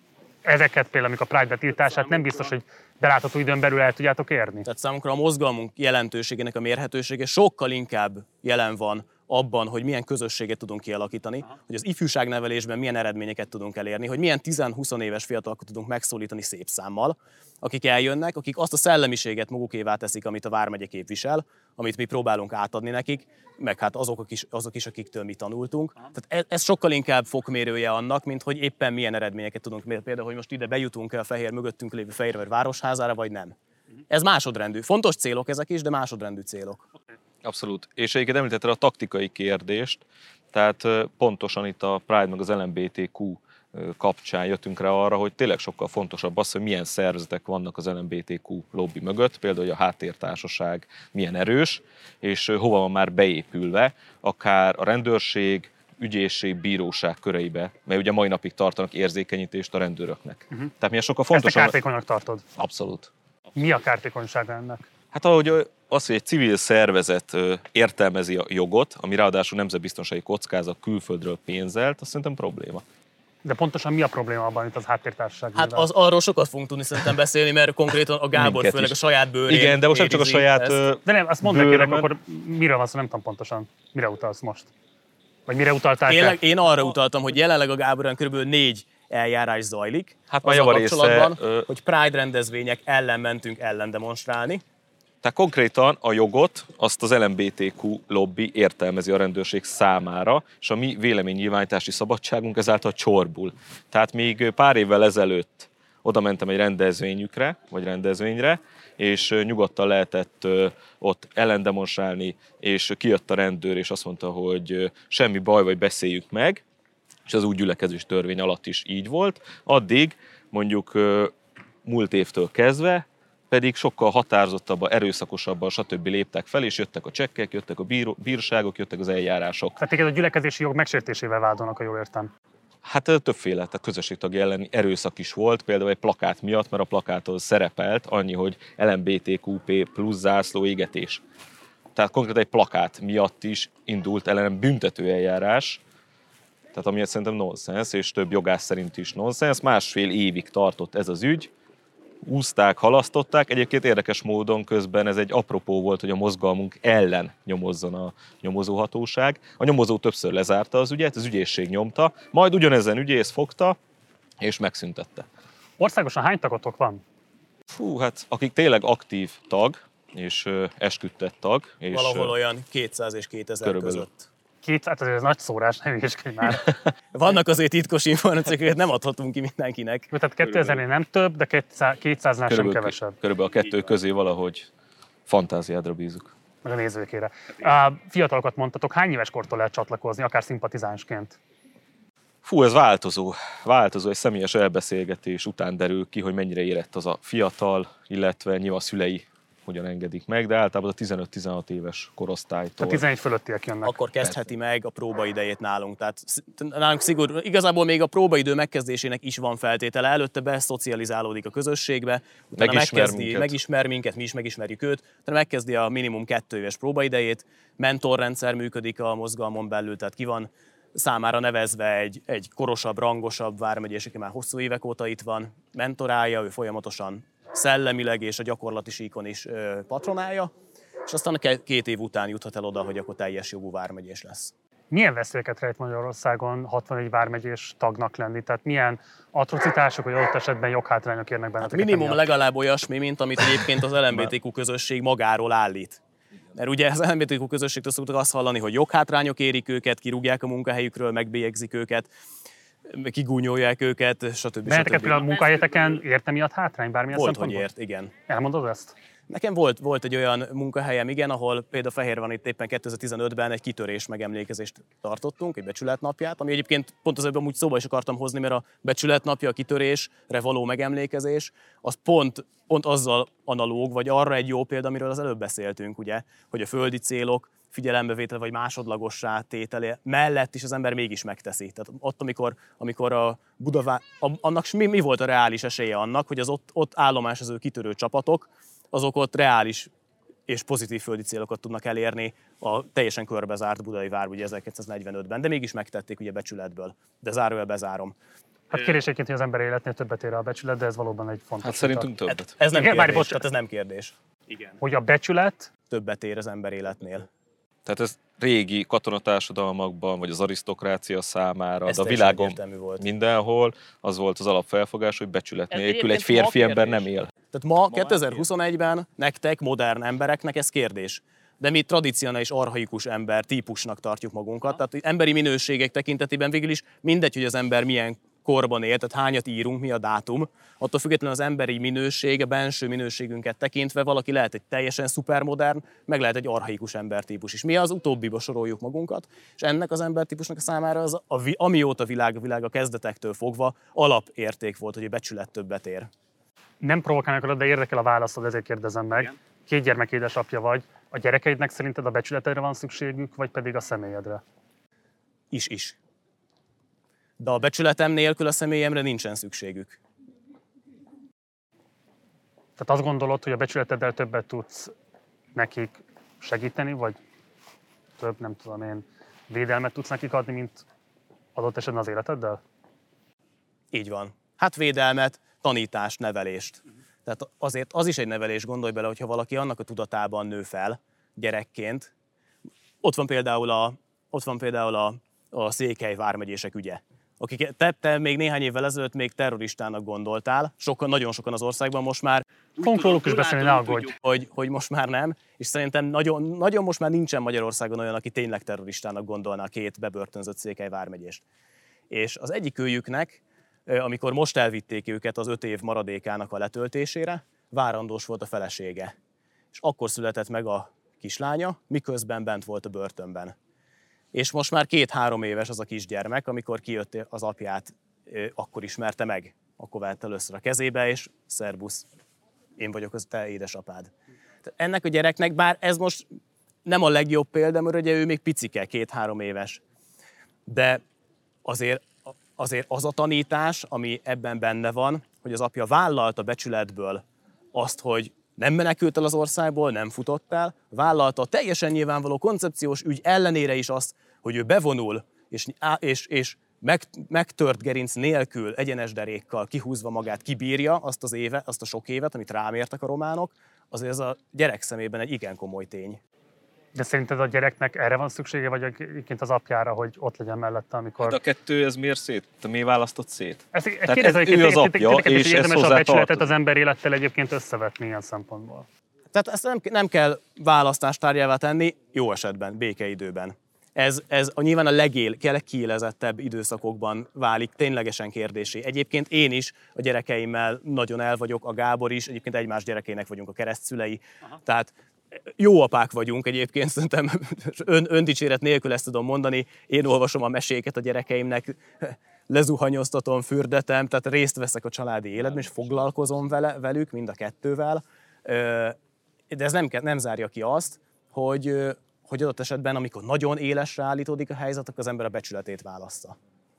ezeket például, amikor a Pride betiltását nem biztos, hogy belátható időn belül el tudjátok érni. Tehát számunkra a mozgalmunk jelentőségének a mérhetősége sokkal inkább jelen van abban, hogy milyen közösséget tudunk kialakítani, aha, hogy az ifjúságnevelésben milyen eredményeket tudunk elérni, hogy milyen tíz-húsz éves fiatalokat tudunk megszólítani szép számmal, akik eljönnek, akik azt a szellemiséget magukévá teszik, amit a vármegye képvisel, amit mi próbálunk átadni nekik, meg hát azok is, azok is akiktől mi tanultunk. Aha. Tehát ez, ez sokkal inkább fokmérője annak, mint hogy éppen milyen eredményeket tudunk mérni. Például, hogy most ide bejutunk-e a fehér mögöttünk lévő Fehérvár városházára, vagy nem. Uh-huh. Ez másodrendű. Fontos célok ezek is, de másodrendű célok. Okay. Abszolút. És egyébként említetted a taktikai kérdést, tehát pontosan itt a Pride meg az el em bé té kú kapcsán jöttünk rá arra, hogy tényleg sokkal fontosabb az, hogy milyen szervezetek vannak az el em bé té kú lobby mögött, például hogy a háttértársaság milyen erős, és hova van már beépülve, akár a rendőrség, ügyészség, bíróság köreibe, mert ugye mai napig tartanak érzékenyítést a rendőröknek. Uh-huh. Tehát milyen sokkal fontosabb. Ezt te kártékonynak tartod? Abszolút. Mi a kártékonysága ennek? Hát ahogy az, hogy egy civil szervezet értelmezi a jogot, ami ráadásul nemzetbiztonsági kockázat külföldről pénzelt, az szerintem probléma. De pontosan mi a probléma abban, itt az háttértársaság? Hát az, arról sokat fogunk tudni szerintem beszélni, mert konkrétan a Gábor Minket főleg is. a saját bőrén. Igen, de most nem csak a saját ezt. De nem, azt mondd neki, akkor miről van szó, nem tudom pontosan. Mire utalsz most? Vagy mire utaltál én, te? én arra utaltam, hogy jelenleg a Gáboron kb. négy eljárás zajlik. Hát már azzal javarésze, kapcsolatban, ö... hogy Pride rendezvények ellen mentünk ellen demonstrálni. Tehát konkrétan a jogot azt az el em bé té kú lobby értelmezi a rendőrség számára, és a mi véleménynyilvánítási szabadságunk ezáltal csorbul. Tehát még pár évvel ezelőtt oda mentem egy rendezvényükre, vagy rendezvényre, és nyugodtan lehetett ott ellendemonstrálni, és kijött a rendőr, és azt mondta, hogy semmi baj, vagy beszéljük meg, és az úgy gyülekezés törvény alatt is így volt. Addig mondjuk múlt évtől kezdve pedig sokkal határozottabban, erőszakosabban, stb. Léptek fel, és jöttek a csekkek, jöttek a bíró, bírságok, jöttek az eljárások. Tehát téged a gyülekezési jog megsértésével vádolnak, ha jól értem. Hát többféle, tehát közösségtagja elleni erőszak is volt, például egy plakát miatt, mert a plakáton szerepelt annyi, hogy el em bé té kú pé plusz zászló égetés. Tehát konkrétan egy plakát miatt is indult ellenem büntetőeljárás, tehát ami szerintem nonsens, és több jogász szerint is nonsens. Másfél évig tartott ez az ügy, úzták, halasztották. Egyébként érdekes módon közben ez egy apropó volt, hogy a mozgalmunk ellen nyomozzon a nyomozóhatóság. A nyomozó többször lezárta az ügyet, az ügyészség nyomta, majd ugyanezen ügyész fogta, és megszüntette. Országosan hány tagotok van? Fú, hát akik tényleg aktív tag, és ö, esküdtett tag. És, valahol olyan kétszáz és kétezer között. Két, hát azért ez nagy szórás, ne hülyéskedj már. Vannak azért titkos információk, hogy nem adhatunk ki mindenkinek. Tehát kétezernél nem több, de kétszáznál sem kevesebb. Körülbelül a kettő közé valahogy fantáziádra bízunk. Meg a nézőkére. A fiatalokat mondtatok, hány éves kortól lehet csatlakozni, akár szimpatizánsként? Fú, ez változó. Változó, egy személyes elbeszélgetés után derül ki, hogy mennyire érett az a fiatal, illetve nyilván a szülei hogyan engedik meg, de általában a tizenöt-tizenhat éves korosztálytól. A tizenegy fölöttiek jönnek. Akkor kezdheti meg a próbaidejét nálunk. Tehát nálunk szigorú, igazából még a próbaidő megkezdésének is van feltétele. Előtte beszocializálódik a közösségbe, utána Megismer megkezdi, minket. megismer minket, mi is megismerjük őt, utána megkezdi a minimum kettő éves próbaidejét, mentorrendszer működik a mozgalmon belül, tehát ki van számára nevezve egy, egy korosabb, rangosabb vármegyés, aki már hosszú évek óta itt van, mentorálja, ő folyamatosan szellemileg és a gyakorlati síkon is ö, patronálja, és aztán két év után juthat el oda, hogy akkor teljes jogú vármegyés lesz. Milyen veszélyeket rejt Magyarországon hatvanegy vármegyés tagnak lenni? Tehát milyen atrocitások, vagy adott esetben joghátrányok érnek benneteket? Hát minimum legalább olyasmi, mint amit egyébként az el em bé té kú közösség magáról állít. Mert ugye az el em bé té kú közösségtől szoktak azt hallani, hogy joghátrányok érik őket, kirúgják a munkahelyükről, megbélyegzik őket, kigúnyolják őket, stb. Benneteket például a munkahelyeteken érte miatt hátrány bármilyen Volt, szempontból? hogy ért, igen. Elmondod ezt? Nekem volt, volt egy olyan munkahelyem, igen, ahol például Fehérváron itt éppen kétezer-tizenötben egy kitörés megemlékezést tartottunk, egy becsületnapját, ami egyébként pont az ebben amúgy szóba is akartam hozni, mert a becsületnapja, a kitörésre való megemlékezés, az pont, pont azzal analóg, vagy arra egy jó példa, amiről az előbb beszéltünk, ugye, hogy a földi célok figyelembevétel vagy másodlagossá tétele mellett is az ember mégis megteszi. Tehát ott, amikor, amikor a Budavá... annak mi, mi volt a reális esélye annak, hogy az ott, ott állomásozó kitörő csapatok, azok ott reális és pozitív földi célokat tudnak elérni a teljesen körbezárt budai vár, ugye ezerkilencszáznegyvenötben, de mégis megtették ugye becsületből. De zárójel bezárom. Hát kérés egyébként, hogy az ember életnél többet ér a becsület, de ez valóban egy fontos. Hát szerintünk többet. Ez, ez nem Igen, kérdés, várj, tehát ez nem kérdés. Igen. Hogy a becsület Többet ér az ember életnél. Tehát ez régi katonatársadalmakban, vagy az arisztokrácia számára, Ez de a teljesen világon egyértelmű volt. mindenhol az volt az alapfelfogás, hogy becsület Ez nélkül egy egyébként ma férfi ember kérdés. nem él. Tehát ma, kétezer-huszonegyben nektek, modern embereknek ez kérdés. De mi tradicionális, archaikus ember típusnak tartjuk magunkat. Tehát emberi minőségek tekintetében végül is mindegy, hogy az ember milyen korban él, tehát hányat írunk, mi a dátum. Attól függetlenül az emberi minőség, a benső minőségünket tekintve valaki lehet egy teljesen szupermodern, meg lehet egy archaikus embertípus is. Mi az utóbbiba soroljuk magunkat, és ennek az embertípusnak a számára az, a, amióta világ, a világ a kezdetektől fogva alapérték volt, hogy a becsület többet ér. nem provokálnak arra, de érdekel a válaszod, ezért kérdezem meg. Igen. Két gyermek édesapja vagy. A gyerekeidnek szerinted a becsületedre van szükségük, vagy pedig a személyedre? Is-is. De a becsületem nélkül a személyemre nincsen szükségük. Tehát azt gondolod, hogy a becsületeddel többet tudsz nekik segíteni, vagy több, nem tudom én, védelmet tudsz nekik adni, mint adott esetben az életeddel? Így van. Hát védelmet, tanítást, nevelést. Tehát azért az is egy nevelés, gondolj bele, hogyha valaki annak a tudatában nő fel gyerekként. Ott van például a, ott van például a, a Székely vármegyések ügye. Akik te, te még néhány évvel ezelőtt még terroristának gondoltál, sokan, nagyon sokan az országban most már Fogunk róluk is beszélni, ne aggódj. hogy, hogy most már nem, és szerintem nagyon, nagyon most már nincsen Magyarországon olyan, aki tényleg terroristának gondolná a két bebörtönzött Székely vármegyést. És az egyik őjüknek, amikor most elvitték őket az öt év maradékának a letöltésére, várandós volt a felesége. És akkor született meg a kislánya, miközben bent volt a börtönben. És most már két-három éves az a kisgyermek, amikor kijött az apját, akkor ismerte meg. Akkor vett először a kezébe, és szerbusz, én vagyok az te édesapád. Tehát ennek a gyereknek, bár ez most nem a legjobb példa, mert ugye ő még picike, két-három éves, de azért, azért az a tanítás, ami ebben benne van, hogy az apja vállalta becsületből azt, hogy nem menekült el az országból, nem futott el, vállalta a teljesen nyilvánvaló koncepciós ügy ellenére is azt, hogy ő bevonul, és, és, és meg, megtört gerinc nélkül, egyenes derékkal kihúzva magát, kibírja azt az éve, azt a sok évet, amit rám értek a románok, azért ez a gyerek szemében egy igen komoly tény. De szerinted a gyereknek erre van szüksége, vagy egyébként az apjára, hogy ott legyen mellette, amikor... De a kettő, ez miért szét? Te miért választott szét? Ezt, ezt Tehát kérdez, ez, ő az apja, és ez érdemes a hozzá becsületet tartozik. az ember élettel egyébként összevetni ilyen szempontból. Tehát ezt nem, nem kell választástárgyává tenni, jó esetben, békeidőben. Ez, ez a nyilván a legél, legkiélezettebb időszakokban válik ténylegesen kérdésé. Egyébként én is a gyerekeimmel nagyon el vagyok, a Gábor is, egyébként egymás gyerekének vagyunk a keresztszülei. Aha. Tehát jó apák vagyunk egyébként, szerintem ön, öndicséret nélkül ezt tudom mondani. Én olvasom a meséket a gyerekeimnek, lezuhanyoztatom, fürdetem, tehát részt veszek a családi életben, és foglalkozom vele, velük, mind a kettővel. De ez nem, nem zárja ki azt, hogy, hogy adott esetben, amikor nagyon élesre állítódik a helyzet, akkor az ember a becsületét válassza.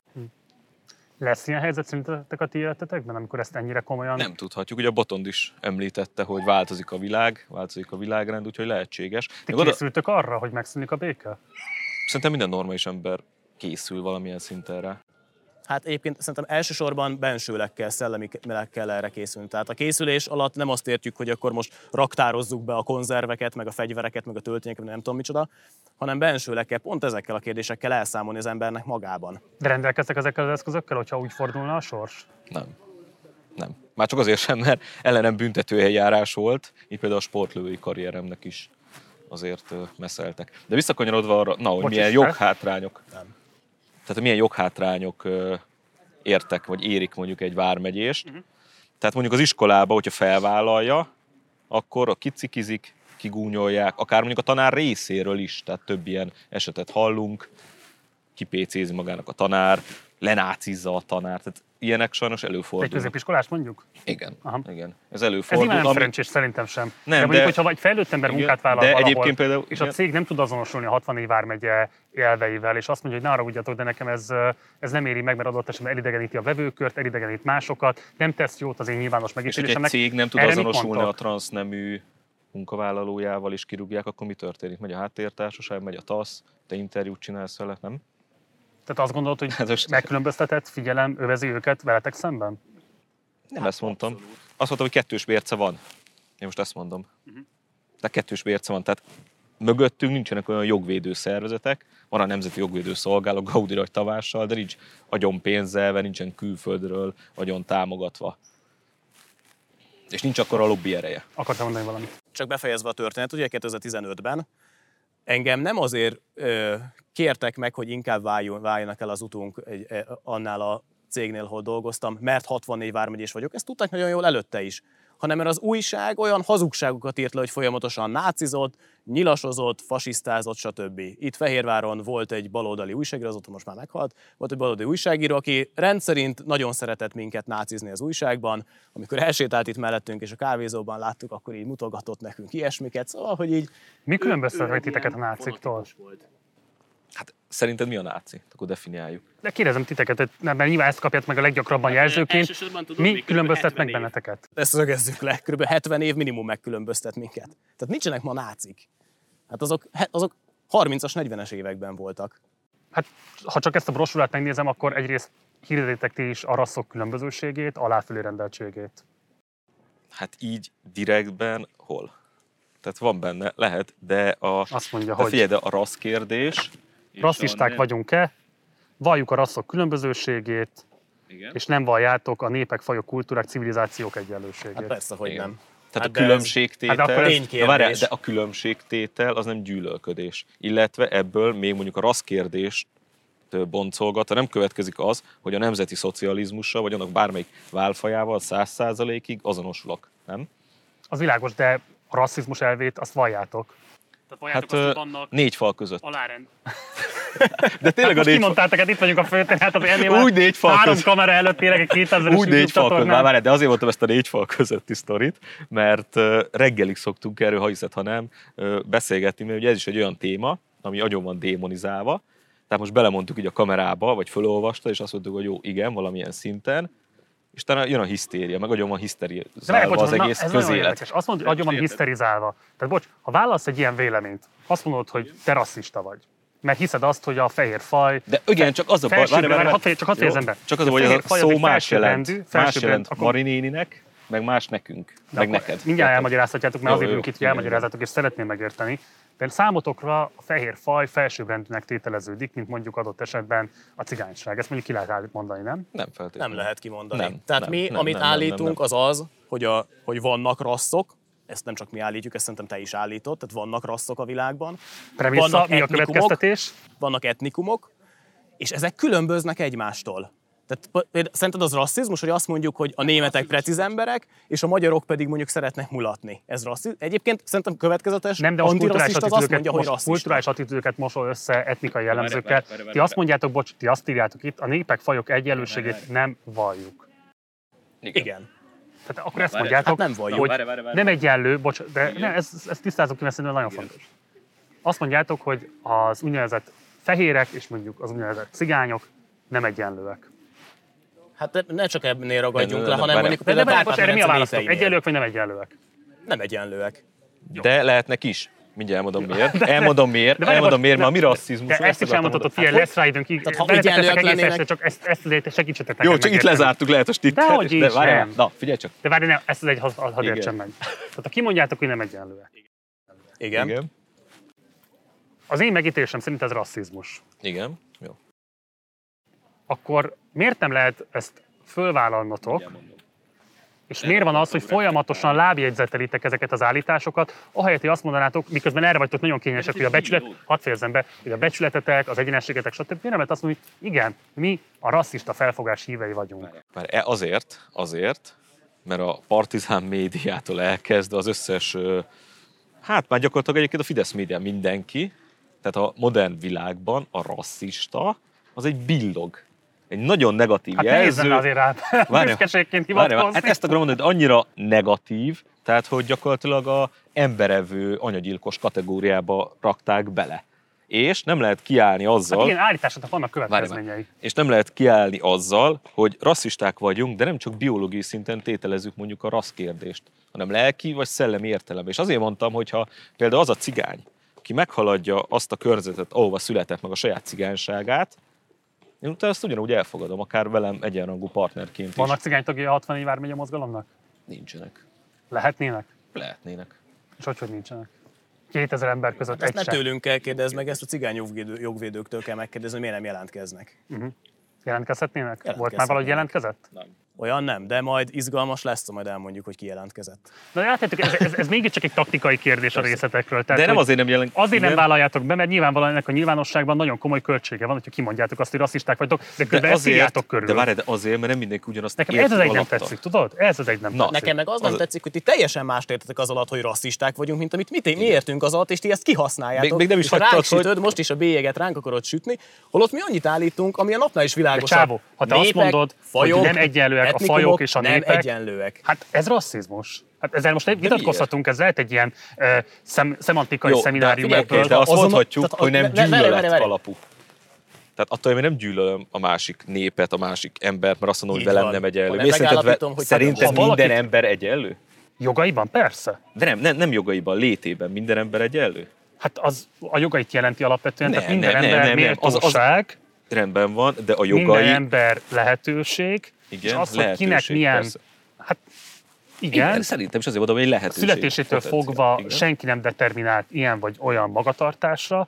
Lesz ilyen helyzet szerintetek a ti életetekben, amikor ezt ennyire komolyan... Nem tudhatjuk, ugye a Botond is említette, hogy változik a világ, változik a világrend, úgyhogy lehetséges. Ti Még készültök oda... arra, hogy megszűnik a béke? Szerintem minden normális ember készül valamilyen szinten rá. Hát egyébként szerintem elsősorban bensőleg kell, szellemileg kell erre készülni. Tehát a készülés alatt nem azt értjük, hogy akkor most raktározzuk be a konzerveket, meg a fegyvereket, meg a töltényeket, meg nem tudom micsoda, hanem bensőleg kell pont ezekkel a kérdésekkel elszámolni az embernek magában. De rendelkeztek ezekkel az eszközökkel, hogyha úgy fordulna a sors? Nem. Nem. Már csak azért sem, mert ellenem büntetőeljárás volt, így például a sportlői karrieremnek is azért messzeltek. De visszakanyarodva arra, na, hogy Bocs, milyen joghátrányok. Nem. Tehát milyen joghátrányok értek, vagy érik mondjuk egy vármegyést. Uh-huh. Tehát mondjuk az iskolába, hogyha felvállalja, akkor a kicikizik, kigúnyolják, akár mondjuk a tanár részéről is, tehát több ilyen esetet hallunk, kipécézi magának a tanár, lenácizza a tanár, tehát ilyenek sajnos előfordulnak. Egy középiskolás mondjuk? Igen, Aha. igen. Ez Ez előfordul. nem ami... szerencsés, szerintem sem. Nem, de mondjuk, de... hogyha egy fejlőtt ember igen, munkát vállal de valahol, egyébként például... és a cég nem tud azonosulni a hatvannégy vármegye elveivel, és azt mondja, hogy ne haragudjatok, de nekem ez, ez nem éri meg, mert adott esetben elidegeníti a vevőkört, elidegenít másokat, nem tesz jót az én nyilvános És hogy megítélésemnek. egy cég nem tud Erre azonosulni a transznemű munkavállalójával, és kirúgják, akkor mi történik? Megy a háttértársaság, megy a TASZ, te interjút csinálsz vele, nem? Tehát azt gondolod, hogy Hát most- megkülönböztetett figyelem övezi őket veletek szemben? Nem ezt mondtam. Azt mondtam, hogy kettős mérce van. Én most ezt mondom. Uh-huh. De kettős mérce van. Tehát mögöttünk nincsenek olyan jogvédő szervezetek, van a Nemzeti Jogvédő Szolgálat Gaudi Nagy Tamással, de nincs agyon pénzelve, nincsen külföldről agyon támogatva. És nincs akkor a lobby ereje. Akartam mondani valamit. Csak befejezve a történet, ugye kétezer-tizenötben engem nem azért ö, kértek meg, hogy inkább váljon, váljanak el az utunk egy, e, annál a cégnél, hol dolgoztam, mert hatvannégy vármegyés vagyok, ezt tudták nagyon jól előtte is, hanem mert az újság olyan hazugságokat írt le, hogy folyamatosan nácizott, nyilasozott, fasisztázott, stb. Itt Fehérváron volt egy baloldali újságíró, azóta most már meghalt, volt egy baloldali újságíró, aki rendszerint nagyon szeretett minket nácizni az újságban. Amikor elsétált itt mellettünk és a kávézóban láttuk, akkor így mutogatott nekünk ilyesmiket, szóval, hogy így... Mi különböztet meg titeket a náciktól? Hát szerinted mi a náci? Akkor definiáljuk. De kérdezem titeket, nem, mert nyilván ezt kapjátok meg a leggyakrabban jelzőként. Mi különböztet meg benneteket? Ezt szögezzük le, kb. hetven év minimum megkülönböztet minket. Tehát nincsenek ma nácik. Hát azok, azok harmincas, negyvenes években voltak. Hát, ha csak ezt a brosúrát megnézem, akkor egyrészt hirdetitek ti is a rasszok különbözőségét, aláfölé rendeltségét. Hát így direktben hol? Tehát van benne, lehet, de a, Azt mondja, de hogy figyelj, de a rassz kérdés... rasszisták vagyunk-e, valljuk a rasszok különbözőségét, Igen. és nem valljátok a népek, fajok, kultúrák, civilizációk egyenlőségét. Hát persze, hogy Igen. nem. Tehát Hát a de különbségtétel, hát akkor ez ténykérdés. de, várjál, de a különbségtétel az nem gyűlölködés. Illetve ebből még mondjuk a rasszkérdést boncolgatva nem következik az, hogy a nemzeti szocializmussal, vagy annak bármelyik válfajával száz százalékig azonosulok, nem? Az világos, de a rasszizmus elvét azt valljátok. Tehát valljátok Hát azt, hogy ö, vannak négy fal között. alárend. De tényleg Hát a most négy fal, kimondtátok, hát itt vagyunk a főtéren, hát az ennél úgy négy fal három között. kamera előtt tényleg egy kétezres Úgy négy fal között, csatornán. várjál, de azért mondtam ezt a négy fal közötti sztorit, mert uh, reggelig szoktunk erről, ha hiszed, ha nem, uh, beszélgetni, mert ugye ez is egy olyan téma, ami agyon van démonizálva, tehát most belemondtuk így a kamerába, vagy fölolvasta, és azt mondtuk, hogy jó, igen, valamilyen szinten, és talán jön a hisztéria, meg agyon van De hiszterizálva bocs, az na, egész ez nagyon közélet. érdekes. Azt mondod, hogy agyon van hiszterizálva. Tehát bocs, ha válasz egy ilyen véleményt, azt mondod, hogy te rasszista vagy. Mert hiszed azt, hogy a fehér faj... De igen, csak az a baj, felsőbbre- várj, várj, hadd fejez- csak hadd jó, fejezem be. Csak az a A baj, hogy fehér a faj az szó egy más jelent, felsőbbrendű, más felsőbbrend, jelent akkor- Mari néninek, meg más nekünk, De meg akkor neked. mindjárt Tehát- elmagyarázhatjátok, mert Jó, azért jó, vagyunk itt, hogy igen, elmagyarázzátok, és szeretném megérteni. De számotokra a fehér faj felsőbbrendűnek tételeződik, mint mondjuk adott esetben a cigányság. Ezt mondjuk ki lehet mondani, nem? Nem feltétlenül. Nem lehet kimondani. Nem, Tehát nem, mi, nem, amit nem, nem, állítunk, nem, az az, hogy, a, hogy vannak rasszok, ezt nem csak mi állítjuk, ezt szerintem te is állítod, tehát vannak rasszok a világban, Premissza, Vannak mi a etnikumok. következtetés? vannak etnikumok, és ezek különböznek egymástól. Tehát például szerinted az rasszizmus, hogy azt mondjuk, hogy a németek precíz emberek, és a magyarok pedig mondjuk szeretnek mulatni. Ez rasszizmus. Egyébként szerintem következetes Nem, de most kulturális antirasszista az azt attitűdöket, mondja, hogy most rasszista. kulturális attitűdöket mosol össze etnikai jellemzőkkel. várj, várj, várj, Ti azt várj. mondjátok, bocs, ti azt írjátok itt, a népek, fajok egyenlőségét nem valljuk. Igen. Tehát akkor ezt várj, mondjátok, hát nem valljuk. hogy Várj, várj, várj. nem egyenlő, bocs, de ne, ezt, ezt tisztázok ki, mert szerintem nagyon fontos. Azt mondjátok, hogy az úgynevezett fehérek és mondjuk az úgynevezett cigányok nem egyenlőek. Hát ne csak ebnél ragadjunk Nem, le, nem, hanem nem, mondjuk De, de például bocs, erre mi a Kárpát-medence választok? népeinél. Egyenlőek vagy nem egyenlőek? Nem egyenlőek. De lehetnek is. Mindjárt elmondom miért. Elmondom miért, elmondom miért, mert a mi rasszizmus. De ezt is elmondhatod, figyelj, lesz rá időnk, egyenlőek egész lennének- este, csak ezt, ezt azért segítsetek Jó, nekem csak itt megérteni. lezártuk lehet a stittet. Dehogy is, de várjál, nem. na, figyelj csak. De várj, nem, ezt az egy, hadd had Igen. értsem meg. Tehát ha kimondjátok, hogy nem egyenlőek. Igen. Igen. Az én megítélésem szerint ez rasszizmus. Igen. Jó. Akkor miért nem lehet ezt fölvállalnotok, és miért van az, hogy folyamatosan lábjegyzetelitek ezeket az állításokat, ahelyett, hogy azt mondanátok, miközben erre vagytok nagyon kényesek, hogy a becsület, hadd fejezzem be, hogy a becsületetek, az egyenességetek, stb. Miért nem lehet azt mondani, hogy igen, mi a rasszista felfogás hívei vagyunk. Már e- azért, azért, mert a Partizán médiától elkezdve az összes, ö, hát már gyakorlatilag egyébként a Fidesz média mindenki, tehát a modern világban a rasszista, az egy billog. Egy nagyon negatív Hát jelző. nézzen azért rá, Várjál, büszkeségként várjál, hivatkozni. hát ezt akarom mondani, hogy annyira negatív, tehát hogy gyakorlatilag a emberevő anyagyilkos kategóriába rakták bele. És nem lehet kiállni azzal... Hát igen, állításoknak vannak Várj már. következményei. És nem lehet kiállni azzal, hogy rasszisták vagyunk, de nem csak biológiai szinten tételezzük mondjuk a rassz kérdést, hanem lelki vagy szellemi értelemben. És azért mondtam, hogyha például az a cigány, aki meghaladja azt a környezetet, ahova született meg a saját cigányságát, én utána ezt ugyanúgy elfogadom, akár velem egyenrangú partnerként is. Vannak cigánytagjai a hatvan vármegye mozgalomnak? Nincsenek. Lehetnének? Lehetnének. És hogy, hogy nincsenek? kétezer ember között Ezt egy ne sem. tőlünk kell kérdezni, meg ezt a cigány jogvédő- jogvédőktől kell megkérdezni, hogy miért nem jelentkeznek. Jelentkezhetnének? Volt már Jelentkezhetnének. valahogy jelentkezett? Olyan nem, de majd izgalmas lesz, majd elmondjuk, hogy ki jelentkezett. Na látjátok, ez, ez, ez mégiscsak egy taktikai kérdés a részletekről. Tehát, De nem hogy azért nem jelent. azért nem igen. vállaljátok be, mert nyilvánvalóan ennek a nyilvánosságban nagyon komoly költsége van, hogyha kimondjátok azt, hogy rasszisták vagytok, de közben ezt írjátok körül. de várj, de azért, mert nem mindenki ugyanazt Nekem érti ez az egy nem alatta. tetszik, tudod? Ez az egy nem Na, tetszik. Nekem meg az nem Az- tetszik, hogy ti teljesen mást értetek az alatt, hogy rasszisták vagyunk, mint amit mi, mi értünk az alatt, és ti ezt kihasználjátok. Még- még nem is és hagytad, ránk hogy- sütöd, most is a bélyeget ránk akarod sütni, holott mi annyit állítunk, ami a napnál is De világosabb. csávó, ha te azt mondod, hogy nem egyenlőek a etnikumok fajok és a nem népek, egyenlőek. hát ez rasszizmus. Hát ezzel most vitatkozhatunk, ez lehet egy ilyen uh, szem, szemantikai Jó, szeminárium de, ebből. de azt Azon- mondhatjuk, tehát hogy nem az- ne- ne- gyűlölet várj, várj. alapú. Tehát attól, hogy én nem gyűlölöm a másik népet, a másik embert, mert azt mondom, hogy Így velem van. nem egyenlő. Ha nem Miért szerinted, megállapítom, hogy szerinted ha minden valakit- ember egyenlő? Jogaiban? Persze. De nem, nem, nem jogaiban, létében minden ember egyenlő? Hát az a jogait jelenti alapvetően, Nem, tehát minden nem, nem, ember nem, nem. Az- az- méltóság, Rendben van, de a minden jogai... ember lehetőség, Igen, és az, hogy lehetőség, kinek milyen, persze. hát Igen, igen, szerintem is azért mondom, hogy egy lehetőség. születésétől potenciál. fogva Igen. senki nem determinált ilyen vagy olyan magatartásra.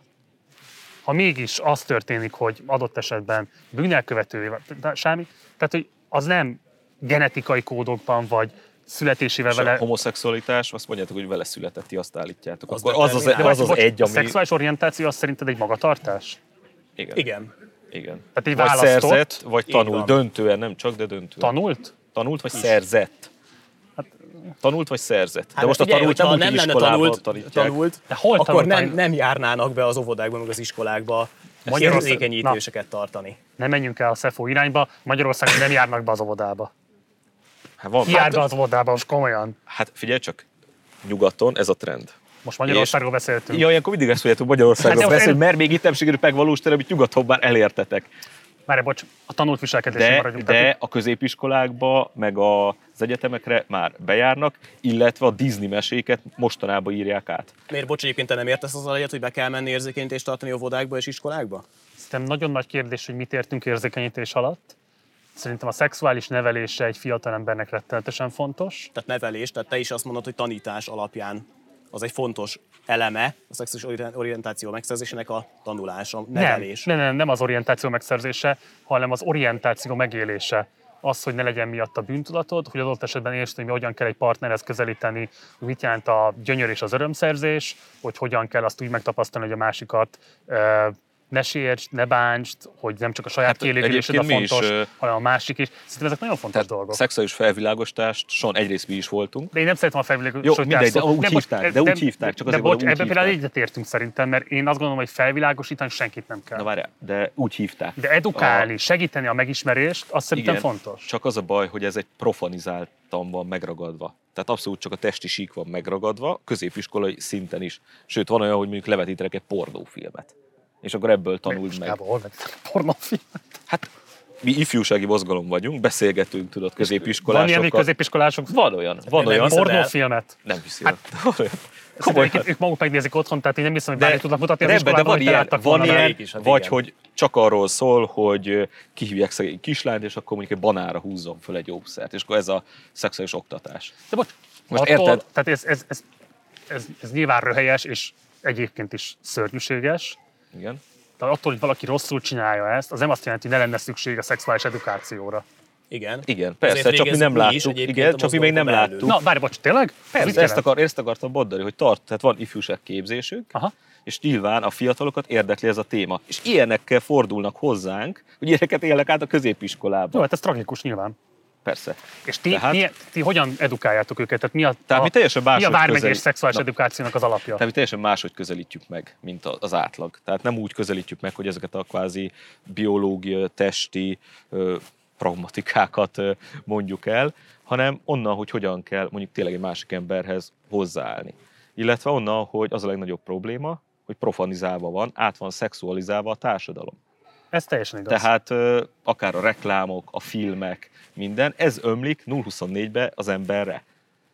Ha mégis az történik, hogy adott esetben bűnelkövetői, vagy semmi, tehát hogy az nem genetikai kódokban vagy születésével És a vele... homoszexualitás, azt mondjátok, hogy vele született, ti azt állítjátok. Az Akkor az az, determinál. az, az Bocs, egy, a ami... szexuális orientáció az szerinted egy magatartás? Igen. Igen. Igen. Tehát egy vagy választott- szerzett, vagy Így tanult. van. Döntően, nem csak, de döntően. Tanult? Tanult, vagy szerzett? Tanult, vagy szerzett? De Hát most a figyelj, tanult hogyha nem, úgy, hogy lenne iskolában tanult, tanítják. tanult De hol akkor tanult? nem, nem járnának be az óvodákba, meg az iskolákba Magyarország- érzékenyítéseket tartani. Ne menjünk el a SZEFO irányba, Magyarországon nem járnak be az óvodába. Hát, van, Ki jár hát, be az óvodába, most komolyan. hát figyelj csak, nyugaton ez a trend. Most Magyarországról beszéltünk. Ja, ilyenkor mindig ezt mondjátok Magyarországról Hát de most beszélni, én- mert még itt nem sikerült megvalósítani, amit nyugaton már elértetek. Várj, bocs, a tanult viselkedésén De, maradjunk. de Tehát, a középiskolákba, meg az egyetemekre már bejárnak, illetve a Disney meséket mostanában írják át. Miért, bocs, egyébként te nem értesz azzal egyet, hogy be kell menni érzékenyítést tartani óvodákba és iskolákba? szerintem nagyon nagy kérdés, hogy mit értünk érzékenyítés alatt. Szerintem a szexuális nevelése egy fiatal embernek rettenetesen fontos. Tehát nevelés, tehát te is azt mondod, hogy tanítás alapján az egy fontos eleme a szexuális orientáció megszerzésének a tanulás, a nevelés. Nem, nem, nem, nem az orientáció megszerzése, hanem az orientáció megélése. Az, hogy ne legyen miatt a bűntudatod, hogy adott esetben értsd, hogy hogyan kell egy partnerhez közelíteni, hogy mit jelent a gyönyör és az örömszerzés, hogy hogyan kell azt úgy megtapasztalni, hogy a másikat ö, ne sértsd, ne bántsd, hogy nem csak a saját Hát kielégülésed a egyébként mi is, fontos, ö, hanem a másik is. Szerintem ezek nagyon fontos Tehát dolgok. szexuális felvilágostást son egyrészt mi is voltunk. De én nem szeretem a felvilágosítást. Jó, mindegy, de úgy hívták, de úgy hívták, csak de azért bocs, mondom, úgy ebben például hívták. egyetértünk szerintem, mert én azt gondolom, hogy felvilágosítani senkit nem kell. Na várjál, de úgy hívták. De edukálni, segíteni a megismerést, az szerintem Igen, fontos. Csak az a baj, hogy ez egy profanizáltan van megragadva. Tehát abszolút csak a testi sík van megragadva, középiskolai szinten is. Sőt, van olyan, hogy mondjuk levetítenek egy pornófilmet. És akkor ebből tanuld meg. Gábor, hol vettek a pornófilmet? Hát mi ifjúsági mozgalom vagyunk, beszélgetünk, tudod, középiskolásokkal. Van ilyen középiskolások? Van olyan, van olyan. Pornófilmet? Nem hiszi el. Komolyan. Ők maguk megnézik otthon, tehát én nem hiszem, hogy bármit tudnak mutatni az de iskolában, van hogy ilyen, találtak van volna. ilyen is, hát vagy igen. hogy csak arról szól, hogy kihívják szegény kislányt, és akkor mondjuk egy banára húzzon föl egy óvszert, és akkor ez a szexuális oktatás. De bocs, Most attól, érted? Tehát ez, ez, ez, ez, ez nyilván röhelyes, és egyébként is szörnyűséges. Igen. De attól, hogy valaki rosszul csinálja ezt, az nem azt jelenti, hogy ne lenne szükség a szexuális edukációra. Igen. Igen, persze, Ezért csak mi nem végezzük mi is láttuk. egyébként Igen, a csak mi még nem mozgalomon belül. láttuk. Na, várj, bocs, tényleg? Ez mit Persze, ezt, jelent? akar, ezt akartam mondani, hogy tart, tehát van ifjúságképzésünk, Aha. és nyilván a fiatalokat érdekli ez a téma. És ilyenekkel fordulnak hozzánk, hogy ilyeneket élnek át a középiskolában. Jó, hát ez tragikus nyilván. Persze. És ti, Tehát- mi, ti hogyan edukáljátok őket? Tehát mi a, Tehát a, mi teljesen mi a máshogy vármegyés közelít- szexuális Na. edukációnak az alapja? Tehát mi teljesen máshogy közelítjük meg, mint az átlag. Tehát nem úgy közelítjük meg, hogy ezeket a kvázi biológia, testi ö, pragmatikákat ö, mondjuk el, hanem onnan, hogy hogyan kell mondjuk tényleg egy másik emberhez hozzáállni. Illetve onnan, hogy az a legnagyobb probléma, hogy profanizálva van, át van szexualizálva a társadalom. Ez teljesen igaz. Tehát ö, akár a reklámok, a filmek, minden, ez ömlik nulla huszonnégybe az emberre.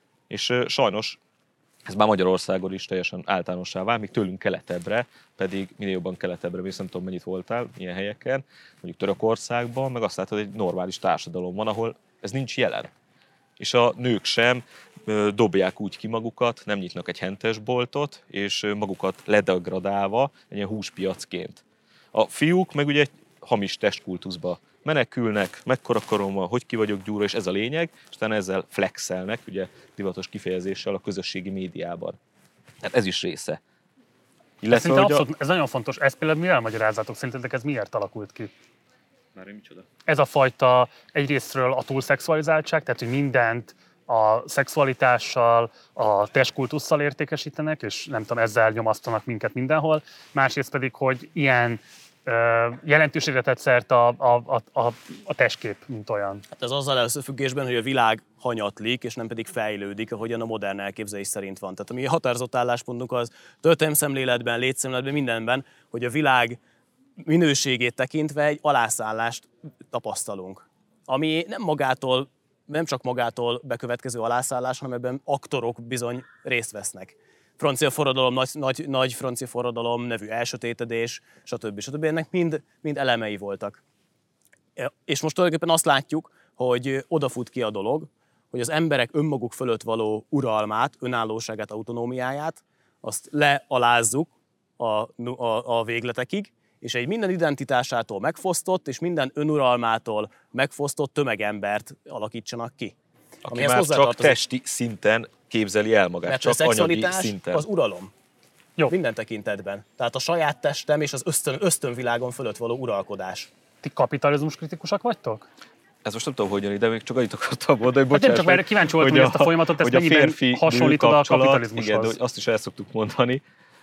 És ö, sajnos ez már Magyarországon is teljesen általánossá vált, még tőlünk keletebbre, pedig minél jobban keletebbre, és nem tudom mennyit voltál ilyen helyeken, mondjuk Törökországban, meg azt látod, hogy egy normális társadalom van, ahol ez nincs jelen. És a nők sem ö, dobják úgy ki magukat, nem nyitnak egy hentesboltot, és ö, magukat ledegradálva egy ilyen húspiacként. A fiúk meg ugye egy hamis testkultuszba menekülnek, mekkora karom van, hogy ki vagyok gyúra, és ez a lényeg, és utána ezzel flexelnek, ugye divatos kifejezéssel a közösségi médiában. Tehát ez is része. Illetve, Szinte hogy a... abszolút, ez nagyon fontos. Ezt például mi elmagyarázzátok? Szerintetek ez miért alakult ki? Már micsoda? Ez a fajta egyrésztről a túlszexualizáltság, tehát hogy mindent a szexualitással, a testkultusszal értékesítenek, és nem tudom, ezzel nyomasztanak minket mindenhol. Másrészt pedig, hogy ilyen ö, jelentőségre tett szert a, a, a, a, a testkép, mint olyan. Hát ez azzal összefüggésben, hogy a világ hanyatlik, és nem pedig fejlődik, ahogyan a modern elképzelés szerint van. Tehát a mi határozott álláspontunk az történelemszemléletben, létszemléletben, mindenben, hogy a világ minőségét tekintve egy alászállást tapasztalunk. Ami nem magától, nem csak magától bekövetkező alászállás, hanem ebben aktorok bizony részt vesznek. Francia forradalom, nagy, nagy, nagy francia forradalom, nevű elsötétedés, stb. stb. Ennek mind, mind elemei voltak. És most tulajdonképpen azt látjuk, hogy odafut ki a dolog, hogy az emberek önmaguk fölött való uralmát, önállóságát, autonómiáját, azt lealázzuk a, a, a végletekig, és egy minden identitásától megfosztott, és minden önuralmától megfosztott tömegembert alakítsanak ki. Aki már csak testi szinten képzeli el magát, mert csak a szexualitás anyagi szinten. az uralom. Jó. Minden tekintetben. Tehát a saját testem és az ösztön, ösztönvilágon fölött való uralkodás. Ti kapitalizmus kritikusak vagytok? Ez most nem tudom, hogy jön ide, még csak annyit akartam mondani, hogy Hát nem bocsáss csak meg, mert kíváncsi voltam, hogy hogy ezt a folyamatot, ezt hogy a mennyiben férfi-nő hasonlítod a kapcsolat, kapitalizmushoz. Igen, de hogy azt is el szoktuk mondani,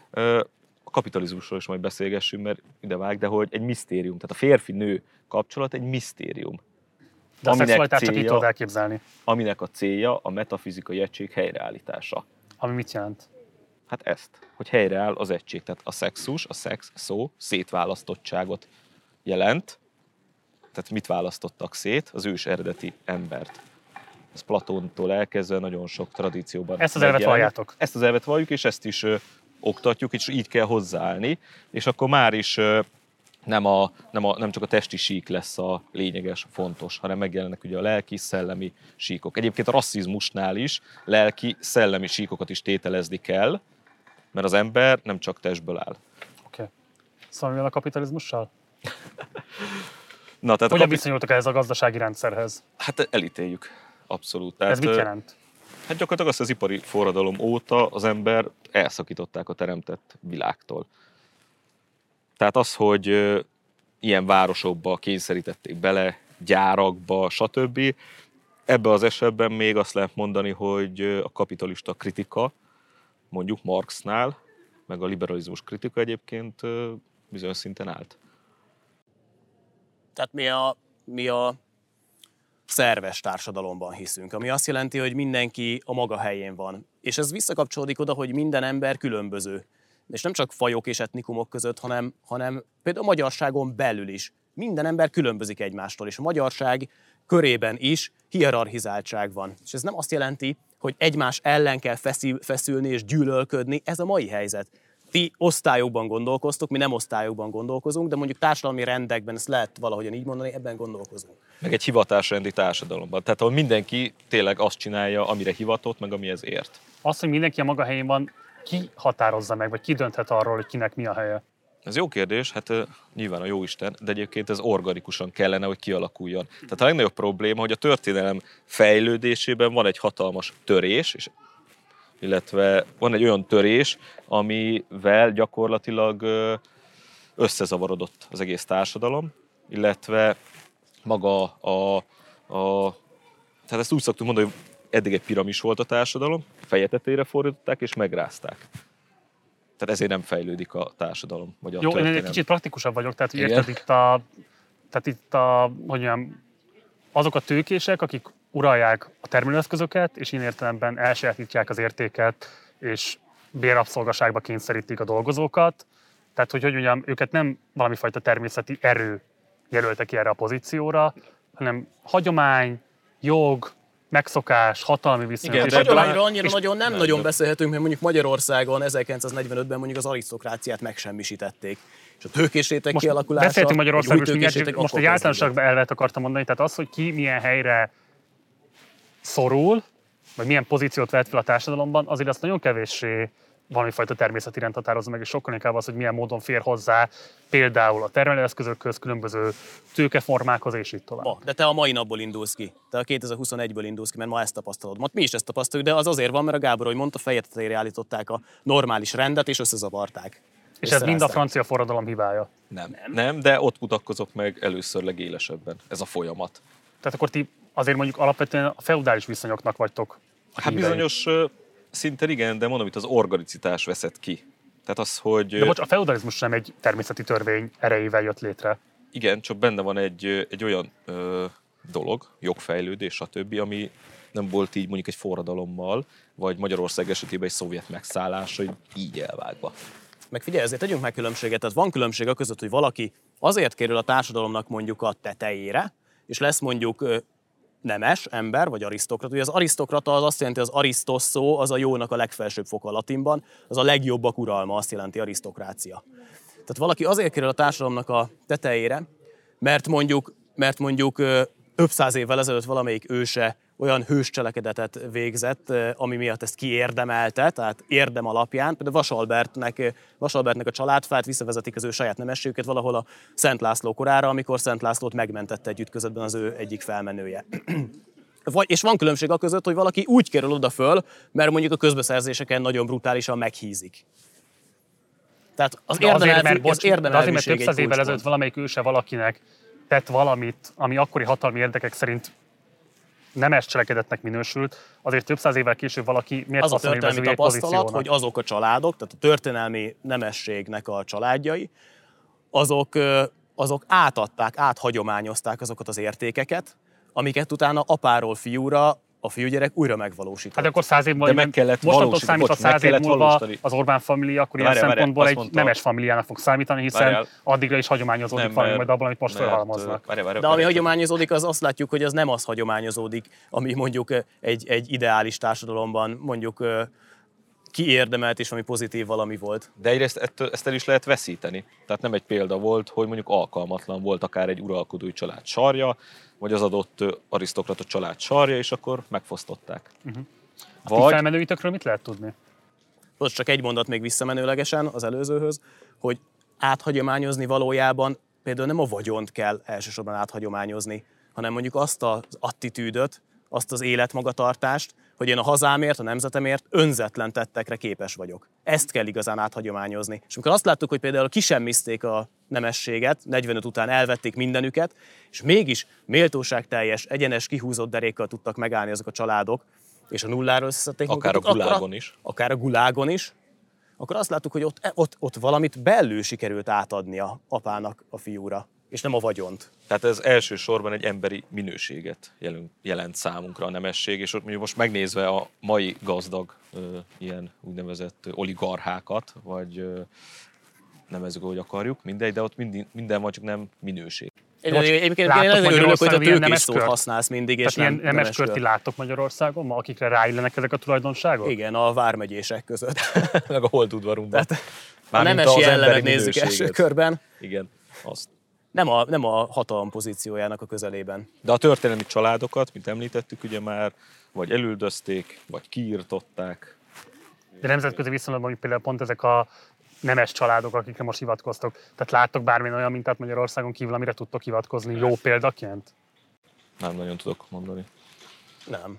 a kapitalizmusról is majd beszélgessünk, mert ide vág, de hogy egy misztérium, tehát a férfi-nő kapcsolat egy misztérium. De a aminek szexualitást csak így célja- tudod elképzelni. Aminek a célja a metafizikai egység helyreállítása. Ami mit jelent? Hát ezt, hogy helyreáll az egység. Tehát a szexus, a szex szó szétválasztottságot jelent. Tehát mit választottak szét? Az ős eredeti embert. Ez Platóntól elkezdve nagyon sok tradícióban Ezt az elvet megjelenik. valljátok? Ezt az elvet valljuk, és ezt is ö, oktatjuk, és így kell hozzáállni. És akkor már is ö, nem, a, nem, a, nem csak a testi sík lesz a lényeges, fontos, hanem megjelennek ugye a lelki, szellemi síkok. Egyébként a rasszizmusnál is lelki, szellemi síkokat is tételezni kell, mert az ember nem csak testből áll. Oké. Okay. Szóval mi van a kapitalizmussal? Na, tehát a Hogyan kapi- viszonyultok ehhez a gazdasági rendszerhez? Hát elítéljük. Abszolút. Tehát, Ez mit ö, jelent? Hát gyakorlatilag azt az ipari forradalom óta az ember elszakították a teremtett világtól. Tehát az, hogy ö, ilyen városokba kényszerítették bele, gyárakba, stb. Ebben az esetben még azt lehet mondani, hogy ö, a kapitalista kritika, mondjuk Marxnál, meg a liberalizmus kritika egyébként ö, bizonyos szinten állt. Tehát mi a, mi a szerves társadalomban hiszünk, ami azt jelenti, hogy mindenki a maga helyén van. És ez visszakapcsolódik oda, hogy minden ember különböző. És nem csak fajok és etnikumok között, hanem, hanem például a magyarságon belül is Minden ember különbözik egymástól, és a magyarság körében is hierarchizáltság van. És ez nem azt jelenti, hogy egymás ellen kell feszül, feszülni és gyűlölködni, ez a mai helyzet. Ti osztályokban gondolkoztok, mi nem osztályokban gondolkozunk, de mondjuk társadalmi rendekben, ezt lehet valahogyan így mondani, ebben gondolkozunk. Meg egy hivatásrendi társadalomban. Tehát ahol mindenki tényleg azt csinálja, amire hivatott, meg amihez ért. Azt, hogy mindenki a maga helyén van, ki határozza meg, vagy ki dönthet arról, hogy kinek mi a helye? Ez jó kérdés, hát uh, nyilván a jóisten, de egyébként ez organikusan kellene, hogy kialakuljon. Tehát a legnagyobb probléma, hogy a történelem fejlődésében van egy hatalmas törés, és, illetve van egy olyan törés, amivel gyakorlatilag uh, összezavarodott az egész társadalom, illetve maga a, a... Tehát ezt úgy szoktuk mondani, hogy eddig egy piramis volt a társadalom, feje tetejére fordították és megrázták. Tehát ezért nem fejlődik a társadalom, vagy a Jó, történelem. én egy kicsit praktikusabb vagyok, tehát érted itt a, tehát itt a, hogy mondjam, azok a tőkések, akik uralják a termelőeszközöket, és ilyen értelemben elsajátítják az értéket, és bérrabszolgaságba kényszerítik a dolgozókat. Tehát, hogy, hogy mondjam, őket nem valami fajta természeti erő jelölte ki erre a pozícióra, hanem hagyomány, jog, megszokás, hatalmi viszonyok. Igen, és de hagyományról ebből- annyira és- nagyon nem nem, nagyon de- beszélhetünk, mert mondjuk Magyarországon ezerkilencszáznegyvenötben mondjuk az arisztokráciát megsemmisítették. És a tőkésréteg Most kialakulása... beszéltünk vagy Magyarországról, új és mindjárt tőkésréteg most egy akkor általánosabb elvet akartam mondani, tehát az, hogy ki milyen helyre szorul, vagy milyen pozíciót vett fel a társadalomban, azért azt nagyon kevéssé valamifajta természeti rend határozza meg, és sokkal inkább az, hogy milyen módon fér hozzá például a termelőeszközökhöz, különböző tőkeformákhoz, és így tovább. Ma, de te a mai napból indulsz ki. Te a kétezer-huszonegyből indulsz ki, mert ma ezt tapasztalod. Ma mi is ezt tapasztaljuk, de az azért van, mert a Gábor, ahogy mondta, feje tetejére állították a normális rendet, és összezavarták. És ez mind a Összerázták. francia forradalom hibája. Nem. nem. Nem, de ott mutatkozok meg először legélesebben ez a folyamat. Tehát akkor ti azért mondjuk alapvetően a feudális viszonyoknak vagytok. a Hát hívei. bizonyos ö, szinten igen, de mondom, itt az organicitás veszett ki. Tehát az, hogy De bocs, a feudalizmus sem egy természeti törvény erejével jött létre. igen, csak benne van egy, ö, egy olyan ö, dolog, jogfejlődés, stb., ami nem volt így mondjuk egy forradalommal, vagy Magyarország esetében egy szovjet megszállása, hogy így elvágva. Meg figyelj, ezért tegyünk meg különbséget. Tehát van különbség a között, hogy valaki azért kerül a társadalomnak mondjuk a tetejére, és lesz mondjuk ö, nemes ember, vagy arisztokrata. Ugye az arisztokrata az azt jelenti, az arisztos szó, az a jónak a legfelsőbb foka a latinban, az a legjobbak uralma, azt jelenti arisztokrácia. Tehát valaki azért kerül a társadalomnak a tetejére, mert mondjuk, mert mondjuk ö, több száz évvel ezelőtt valamelyik őse olyan hős cselekedetet végzett, ö, ami miatt ezt kiérdemelte, tehát érdem alapján. Például Vasalbertnek, ö, Vasalbertnek a családfát visszavezetik az ő saját nemességüket valahol a Szent László korára, amikor Szent Lászlót megmentette egy ütközetben az ő egyik felmenője. Vagy, és van különbség a között, hogy valaki úgy kerül oda föl, mert mondjuk a közbeszerzéseken nagyon brutálisan meghízik. Tehát az De azért, mert, érdemelvű- bocs, az de azért, mert érdemelvűség több egy száz évvel kulcspont. ezelőtt valamelyik őse valakinek tett valamit, ami akkori hatalmi érdekek szerint nemes cselekedetnek minősült, azért több száz évvel később valaki miért Az a használja történelmi egy tapasztalat, pozíciónak? hogy azok a családok, tehát a történelmi nemességnek a családjai, azok, ö, azok átadták, áthagyományozták azokat az értékeket, amiket utána apáról fiúra a fiúgyerek újra megvalósított. Hát akkor száz év De múlva, meg kellett mostantól valósítani, számítva bocs, meg száz év kellett múlva valósítani. az Orbán família akkor ilyen Várjál, várjál, szempontból azt egy mondta- nemes familiának fog számítani, hiszen Várjál. addigra is hagyományozódik valami, mert- majd abban, amit most mert, felhalmoznak. ö, várjál, várjál, De ami várjál. hagyományozódik, az azt látjuk, hogy az nem az hagyományozódik, ami mondjuk egy, egy ideális társadalomban mondjuk ö, kiérdemelt és ami pozitív valami volt. De egyrészt ettől, ezt el is lehet veszíteni. Tehát nem egy példa volt, hogy mondjuk alkalmatlan volt akár egy uralkodói család sarja, vagy az adott ö, arisztokrata család sarja, és akkor megfosztották. Uh-huh. A ti Vagy felmenőitökről mit lehet tudni? Most csak egy mondat még visszamenőlegesen az előzőhöz, hogy áthagyományozni valójában például nem a vagyont kell elsősorban áthagyományozni, hanem mondjuk azt az attitűdöt, azt az életmagatartást, hogy én a hazámért, a nemzetemért önzetlen tettekre képes vagyok. Ezt kell igazán áthagyományozni. És amikor azt láttuk, hogy például kisemmizték a nemességet, negyvenöt után elvették mindenüket, és mégis méltóságteljes, egyenes, kihúzott derékkal tudtak megállni azok a családok, és a nulláról összeszedték akár a magukat, akkor gulágon is. akár a gulágon is, akkor azt láttuk, hogy ott, ott, ott valamit belül sikerült átadni a apának a fiúra, és nem a vagyont. Tehát ez elsősorban egy emberi minőséget jelent, jelent számunkra a nemesség, és ott mondjuk most megnézve a mai gazdag ö, ilyen úgynevezett oligarchákat, vagy ö, nevezzük, ahogy akarjuk, mindegy, de ott minden, minden van, csak nem minőség. Egyébként én nagyon örülök, hogy a tőkés szót használsz mindig, és tehát nem ilyen nemeskörti látok Magyarországon ma, akikre ráillenek ezek a tulajdonságok? Igen, a vármegyések között. Meg a holdudvarunkban. A nemesi jellemet nézzük első körben. Igen, azt. Nem a, nem a hatalom pozíciójának a közelében. De a történelmi családokat, mint említettük, ugye már vagy elüldözték, vagy kiirtották. De nemzetközi viszonylatban mondjuk például pont ezek a nemes családok, akikre most hivatkoztok. Tehát láttok bármilyen olyan mintát Magyarországon kívül, amire tudtok hivatkozni jó példaként? Nem nagyon tudok mondani. Nem.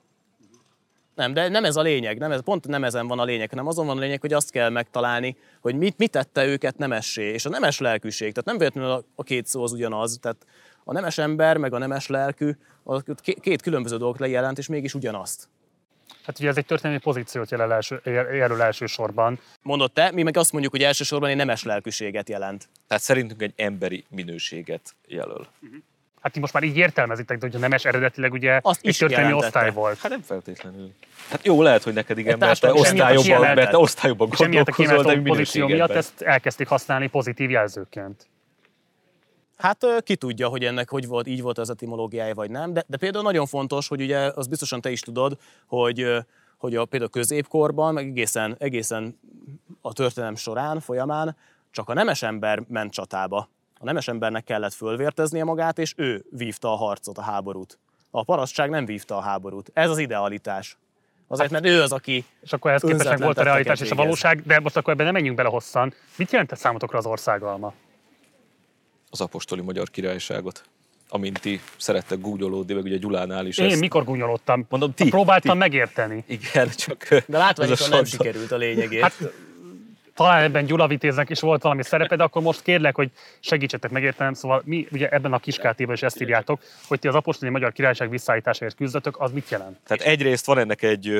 Nem, de nem ez a lényeg, nem ez, pont nem ezen van a lényeg, hanem azon van a lényeg, hogy azt kell megtalálni, hogy mit, mit tette őket nemessé, és a nemes lelkűség, tehát nem véletlenül a, a két szó az ugyanaz, tehát a nemes ember meg a nemes lelkű, a két különböző dolgot lejelent, és mégis ugyanazt. Hát ugye ez egy történelmi pozíciót jelöl, első, jelöl elsősorban. Mondod te, mi meg azt mondjuk, hogy elsősorban egy nemes lelkűséget jelent. Tehát szerintünk egy emberi minőséget jelöl. Uh-huh. Hát ti most már így értelmezitek, de hogy a nemes eredetileg ugye azt egy történelmi jelentette. Osztály volt. Hát nem feltétlenül. Hát jó, lehet, hogy neked igen, Egy mert te osztályokban, mert te osztályokban gondolkozol, de pozíció miatt ezt elkezdték használni pozitív jelzőként. Hát ki tudja, hogy ennek hogy volt, így volt az etimológiája, vagy nem, de, de például nagyon fontos, hogy ugye az biztosan te is tudod, hogy, hogy a, például középkorban, meg egészen, egészen a történelem során, folyamán csak a nemes ember ment csatába. A nemes embernek kellett fölvérteznie magát, és ő vívta a harcot, a háborút. A parasztság nem vívta a háborút. Ez az idealitás. Azért, mert ő az, aki és akkor ehhez képest meg volt a realitás és a valóság, de most akkor ebben nem menjünk bele hosszan. Mit jelentett számotokra az országalma? Az apostoli magyar királyságot, amint ti szerettek gúnyolódni, meg ugye Gyulánál is. Én ezt... mikor gúnyolódtam? Mondom, ti, próbáltam ti. megérteni. Igen, csak... De látványosan nem sikerült a lényegét. Hát, talán ebben Gyula Vitéznek is volt valami szerepe, de akkor most kérlek, hogy segítsetek megértenem. Szóval mi ugye ebben a kiskátében is ezt írjátok, hogy ti az apostoli magyar királyság visszaállításáért küzdötök, az mit jelent? Tehát egyrészt van ennek egy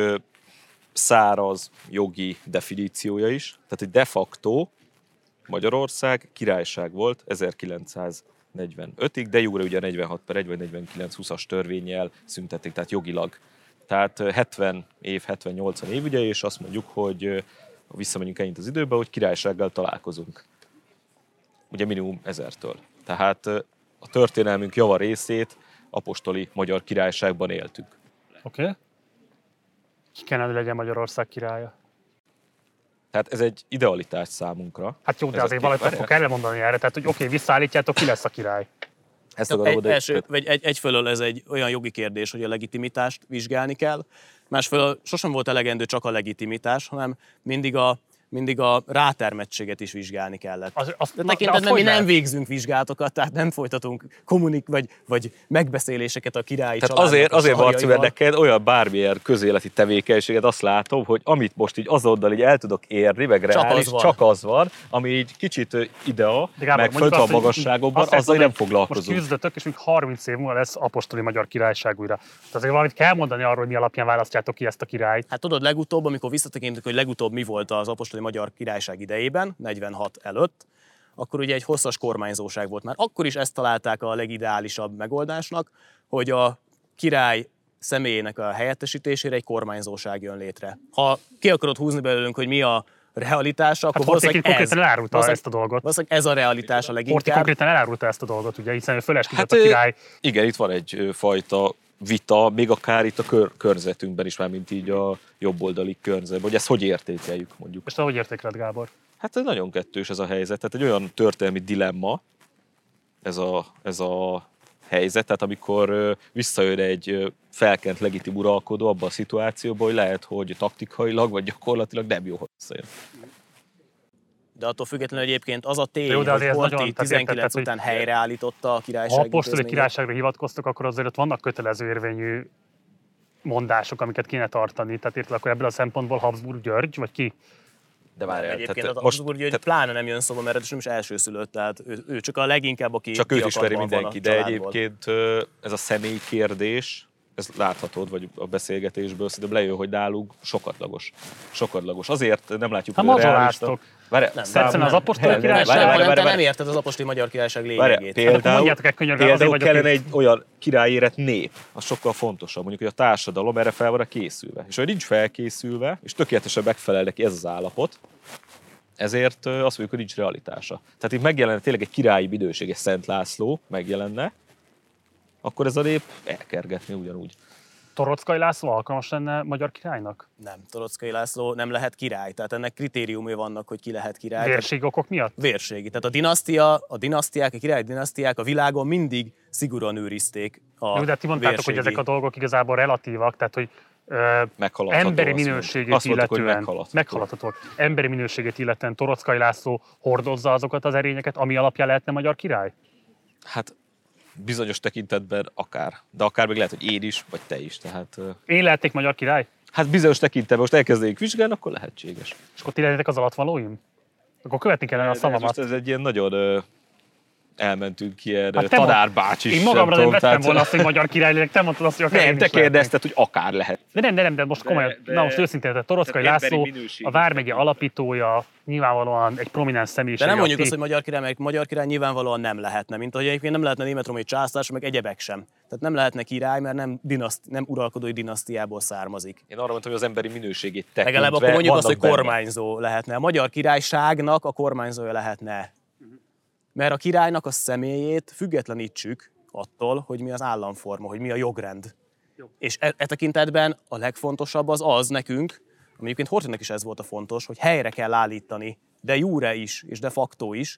száraz jogi definíciója is, tehát egy de facto Magyarország királyság volt ezerkilencszáznegyvenötig, de jure ugye negyvenhat per egy vagy negyvenkilenc húszas törvénnyel szüntették, tehát jogilag. Tehát hetven év, hetven-nyolcvan év ugye, és azt mondjuk, hogy visszamegyünk ennyit az időbe, hogy királysággal találkozunk. Ugye minimum ezertől. Tehát a történelmünk java részét apostoli magyar királyságban éltük. Oké. Okay. Ki kellene, hogy legyen Magyarország királya? Tehát ez egy idealitás számunkra. Hát jó, de ez azért valamit akkor kell mondani erre. Tehát, hogy oké, okay, visszaállítjátok, ki lesz a király? Ezt akarom, egy, első, vagy egy, egyfelől ez egy olyan jogi kérdés, hogy a legitimitást vizsgálni kell. Másfelől sosem volt elegendő csak a legitimitás, hanem mindig a, mindig a rátermettséget is vizsgálni kellett. Az, az, de tekintetben mi nem végzünk vizsgálatokat, tehát nem folytatunk kommunik vagy, vagy megbeszéléseket a királyi tehát családnak. Azért, azért Marci, mert neked olyan bármilyen közéleti tevékenységet, azt látom, hogy amit most így azonnal így el tudok érni, meg reális, csak, csak az van, ami így kicsit idea, Gábor, meg fönt van magasságokban, azzal nem foglalkozunk. Most küzdötök, és még harminc év múlva lesz apostoli magyar királyság újra. Tehát azért valamit kell mondani arról, hogy mi alapján választjátok ki ezt a királyt. Hát tudod, legutóbb, amikor visszatekintünk, hogy legutóbb mi volt az apostoli magyar királyság idejében, negyvenhat előtt, akkor ugye egy hosszas kormányzóság volt. Már akkor is ezt találták a legideálisabb megoldásnak, hogy a király személyének a helyettesítésére egy kormányzóság jön létre. Ha ki akarod húzni belőlünk, hogy mi a realitása, akkor hát valószínűleg ez. konkrétan elárulta ezt a dolgot. Valószínűleg ez a realitás a leginkább. Horthy konkrétan elárulta ezt a dolgot, ugye, hiszen ő fölesküdött hát, a király. Igen, itt van egy fajta vita, még akár itt a kör, környezetünkben is, már mint így a jobboldali környezetben, hogy ezt hogy értékeljük, mondjuk. És te hogy értékeled, Gábor? Hát ez nagyon kettős ez a helyzet, tehát egy olyan történelmi dilemma ez a, ez a helyzet, tehát amikor visszajön egy felkent legitim uralkodó abba a szituációba, hogy lehet, hogy taktikailag vagy gyakorlatilag nem jó, hogy visszajön. De attól függetlenül egyébként az a tény, jó, hogy Horthy tizenkilenc után hogy helyreállította a királyság. Ha apostoli királyságra hivatkoztok, akkor azért ott vannak kötelező érvényű mondások, amiket kéne tartani. Tehát érted, akkor ebből a szempontból Habsburg György, vagy ki? De már egyébként a Habsburg György tehát, pláne nem jön szóba, mert ez nem is elsőszülött, tehát ő, ő csak a leginkább, aki csak őt ismeri mindenki, de egyébként ez a személy kérdés, ez láthatod, vagy a beszélgetésből, szerintem lejön, hogy nálunk sokadlagos. Sokadlagos. Azért nem látjuk, hogy realista. Egyszerűen az apostoli királyság, te nem érted az apostoli magyar királyság lényegét. Például, például kellene egy olyan királyéret nép, az sokkal fontosabb. Mondjuk, hogy a társadalom erre fel van készülve. És hogy nincs felkészülve, és tökéletesen megfelel neki ez az állapot, Ezért azt mondjuk, hogy nincs realitása. Tehát itt megjelenne tényleg egy királyi időség, egy Szent László megjelenne, akkor ez a nép elkergetni ugyanúgy. Toroczkai László alkalmas lenne magyar királynak? Nem, Toroczkai László nem lehet király, tehát ennek kritériumai vannak, hogy ki lehet király. Vérségi okok miatt? Vérségi. Tehát a dinasztia, a dinasztiák, a király dinasztiák a világon mindig szigorúan őrizték a Jó, de ti mondtátok, vérségi. hogy ezek a dolgok igazából relatívak, tehát hogy ö, emberi minőségét azt mondtuk, hogy illetően meghaladható. meghaladhatók. Emberi minőségét illetően Toroczkai László hordozza azokat az erényeket, ami alapján lehetne magyar király? Hát bizonyos tekintetben akár. De akár még lehet, hogy én is, vagy te is. Tehát, Én lehetnék magyar király? hát bizonyos tekintetben most elkezdenék vizsgálni, akkor lehetséges. És akkor ti lennétek az alatvalóim? Akkor követni kellene a De szavamat. most ez egy ilyen nagyon ö, elmentünk ilyen Hát hát te tanárbácsis. Én magamra nem vettem tehát- volna azt, hogy magyar király legyek, te mondtad azt, hogy akár én Nem, is te lehetnék. kérdezted, hogy akár lehet. De nem, de nem, de most komolyan, de- na most őszintén, tehát Toroczkai tehát emberi László, minőség a is Vármegye lehet. alapítója, nyilvánvalóan egy prominens személyiség. De nem mondjuk aki- azt, hogy magyar király, mert magyar király nyilvánvalóan nem lehetne, mint ahogy egyébként nem lehetne német-római császár, meg egyebek sem. Tehát nem lehetne király, mert nem, dinaszt, nem uralkodói dinasztiából származik. Én arra mondtam, hogy az emberi minőségét tekintve Legalább akkor mondjuk azt, hogy vannak benne. kormányzó lehetne. A magyar királyságnak a kormányzója lehetne. Mert a királynak a személyét függetlenítsük attól, hogy mi az államforma, hogy mi a jogrend. Jó. És e, e tekintetben a legfontosabb az az nekünk, ami egyébként Horthynak is ez volt a fontos, hogy helyre kell állítani, de jure is, és de facto is,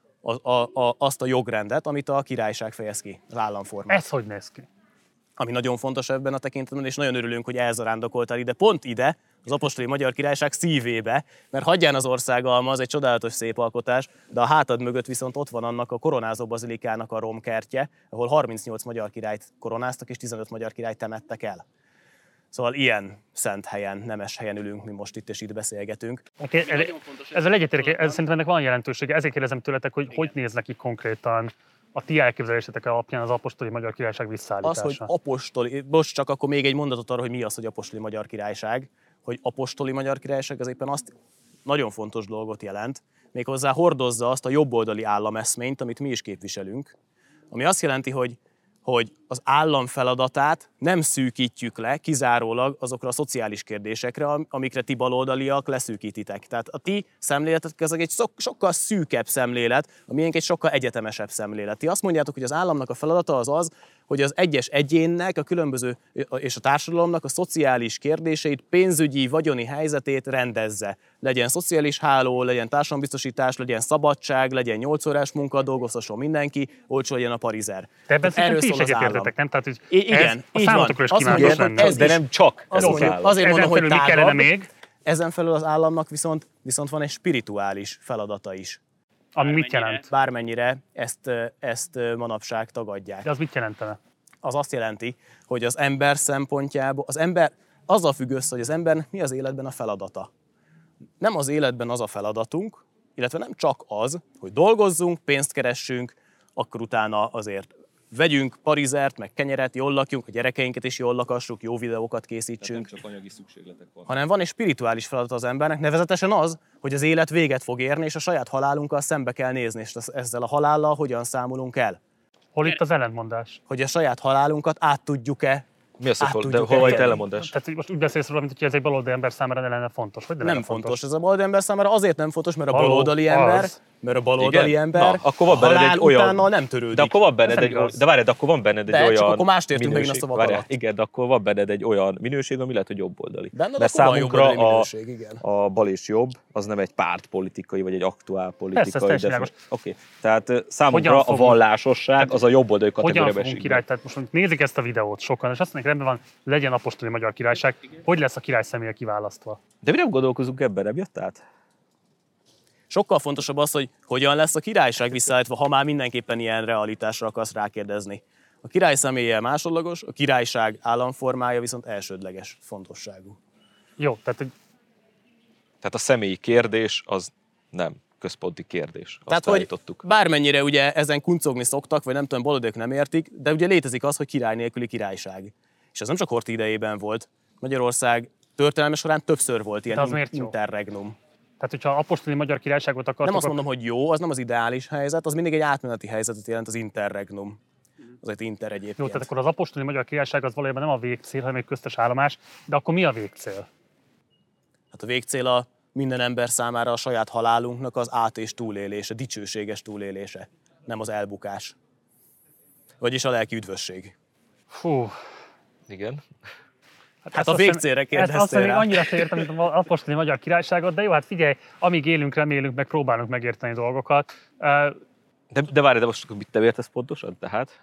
a, a, a, azt a jogrendet, amit a királyság fejez ki, az államformát. Ez hogy néz ki? Ami nagyon fontos ebben a tekintetben, és nagyon örülünk, hogy elzarándokoltál ide, pont ide, az apostoli magyar királyság szívébe, mert hagyján az országalma, az egy csodálatos szép alkotás, de a hátad mögött viszont ott van annak a koronázó bazilikának a romkertje, ahol harmincnyolc magyar királyt koronáztak, és tizenöt magyar királyt temettek el. Szóval ilyen szent helyen, nemes helyen ülünk mi most itt, és itt beszélgetünk. Hát ez, ezzel egyetértek, ez szerintem ennek van jelentősége. Ezért kérdezem tőletek, hogy hogy néznek ki konkrétan a ti elképzelésetek alapján az apostoli magyar királyság Az, visszaállítása. hogy apostoli, most csak akkor még egy mondatot arra, hogy mi az, hogy apostoli magyar királyság, hogy apostoli magyar királyság az éppen azt nagyon fontos dolgot jelent, méghozzá hordozza azt a jobboldali állameszményt, amit mi is képviselünk, ami azt jelenti, hogy hogy az állam feladatát nem szűkítjük le kizárólag azokra a szociális kérdésekre, amikre ti baloldaliak leszűkítitek. Tehát a ti szemléletek ez egy sokkal szűkebb szemlélet, a miénk egy sokkal egyetemesebb szemlélet. Ti azt mondjátok, hogy az államnak a feladata az az, hogy az egyes egyénnek, a különböző és a társadalomnak a szociális kérdéseit, pénzügyi, vagyoni helyzetét rendezze. Legyen szociális háló, legyen társadalombiztosítás, legyen szabadság, legyen nyolc órás munka, dolgozhasson mindenki, olcsó legyen a parizer. De ebben Erről szerintem ti is szól az állam. egyetértetek, nem? Tehát, hogy I- igen, ez a így van. számotokra is Azt kívánatos mondjuk, lenne. ez de is- nem csak Azt ez az mondjuk, állam. azért Ezen mondom, hogy felül mi kellene tágabb, még? ezen felül az államnak viszont, viszont van egy spirituális feladata is. Ami mit jelent? Bármennyire ezt, ezt manapság tagadják. De az mit jelentene? Az azt jelenti, hogy az ember szempontjából, az ember azzal függ össze, hogy az embernek mi az életben a feladata. Nem az életben az a feladatunk, illetve nem csak az, hogy dolgozzunk, pénzt keressünk, akkor utána azért vegyünk parizert, meg kenyeret, jól lakjunk, a gyerekeinket is jól lakassuk, jó videókat készítsünk. csak anyagi szükségletek van. Hanem van egy spirituális feladat az embernek, nevezetesen az, hogy az élet véget fog érni, és a saját halálunkkal szembe kell nézni, és ezzel a halállal hogyan számolunk el. Hol itt az ellentmondás? Hogy a saját halálunkat át tudjuk-e. Mi az, át hogy de tudjuk hol van itt élni. ellenmondás? Tehát hogy most úgy beszélsz róla, mint hogy ez egy baloldali ember számára ne lenne fontos. Hogy ne Nem lenne fontos. Ez a baloldali ember számára azért nem fontos, mert a Való, baloldali ember, az. mert a baloldali Igen? ember Na, akkor van a benned halál egy olyan- utánnal nem törődik. De akkor van benned Ez egy, igaz. de várj, de akkor van benned egy De, csak olyan akkor mást értünk megint minőség. a szavak Várjál, alatt. igen, de akkor van benned egy olyan minőség, ami lehet, hogy jobboldali. Benned Mert akkor van számunkra jobboldali a, minőség, igen. a bal és jobb, az nem egy pártpolitikai, vagy egy aktuál politikai. Persze, ez teljesen defini- világos. Oké, tehát ö, számunkra Hogyan a fogunk- vallásosság az a jobboldali Hogyan kategóriába fogunk esik. király? Tehát most mondjuk nézik ezt a videót sokan, és azt mondják, rendben van, legyen apostoli magyar királyság. Hogy lesz a király személye kiválasztva? De mi nem gondolkozunk ebben, nem jött át? Sokkal fontosabb az, hogy hogyan lesz a királyság visszaállítva, ha már mindenképpen ilyen realitásra akarsz rákérdezni. A király személye másodlagos, a királyság államformája viszont elsődleges fontosságú. Jó, tehát hogy Tehát a személyi kérdés az nem központi kérdés. Azt Tehát, hogy állítottuk. bármennyire ugye ezen kuncogni szoktak, vagy nem tudom, baloldaliak nem értik, de ugye létezik az, hogy király nélküli királyság. És ez nem csak Horthy idejében volt. Magyarország történelme során többször volt ilyen De az miért jó? interregnum. Tehát, hogyha apostoli magyar királyságot akartok, Nem azt mondom, hogy jó, az nem az ideális helyzet, az mindig egy átmeneti helyzetet jelent az interregnum. Az egy inter egyébként. jó, tehát akkor az apostoli magyar királyság az valójában nem a végcél, hanem egy köztes állomás, de akkor mi a végcél? Hát a végcél a minden ember számára a saját halálunknak az át- és túlélése, dicsőséges túlélése, nem az elbukás. Vagyis a lelki üdvösség. Fú. Igen. Hát, hát a végcélre kérdeztél azt rá. Azt annyira értem, mint az apostoli magyar királyságot, de jó, hát figyelj, amíg élünk, remélünk, meg próbálunk megérteni dolgokat. De, de várj, de most mit te értesz pontosan, tehát?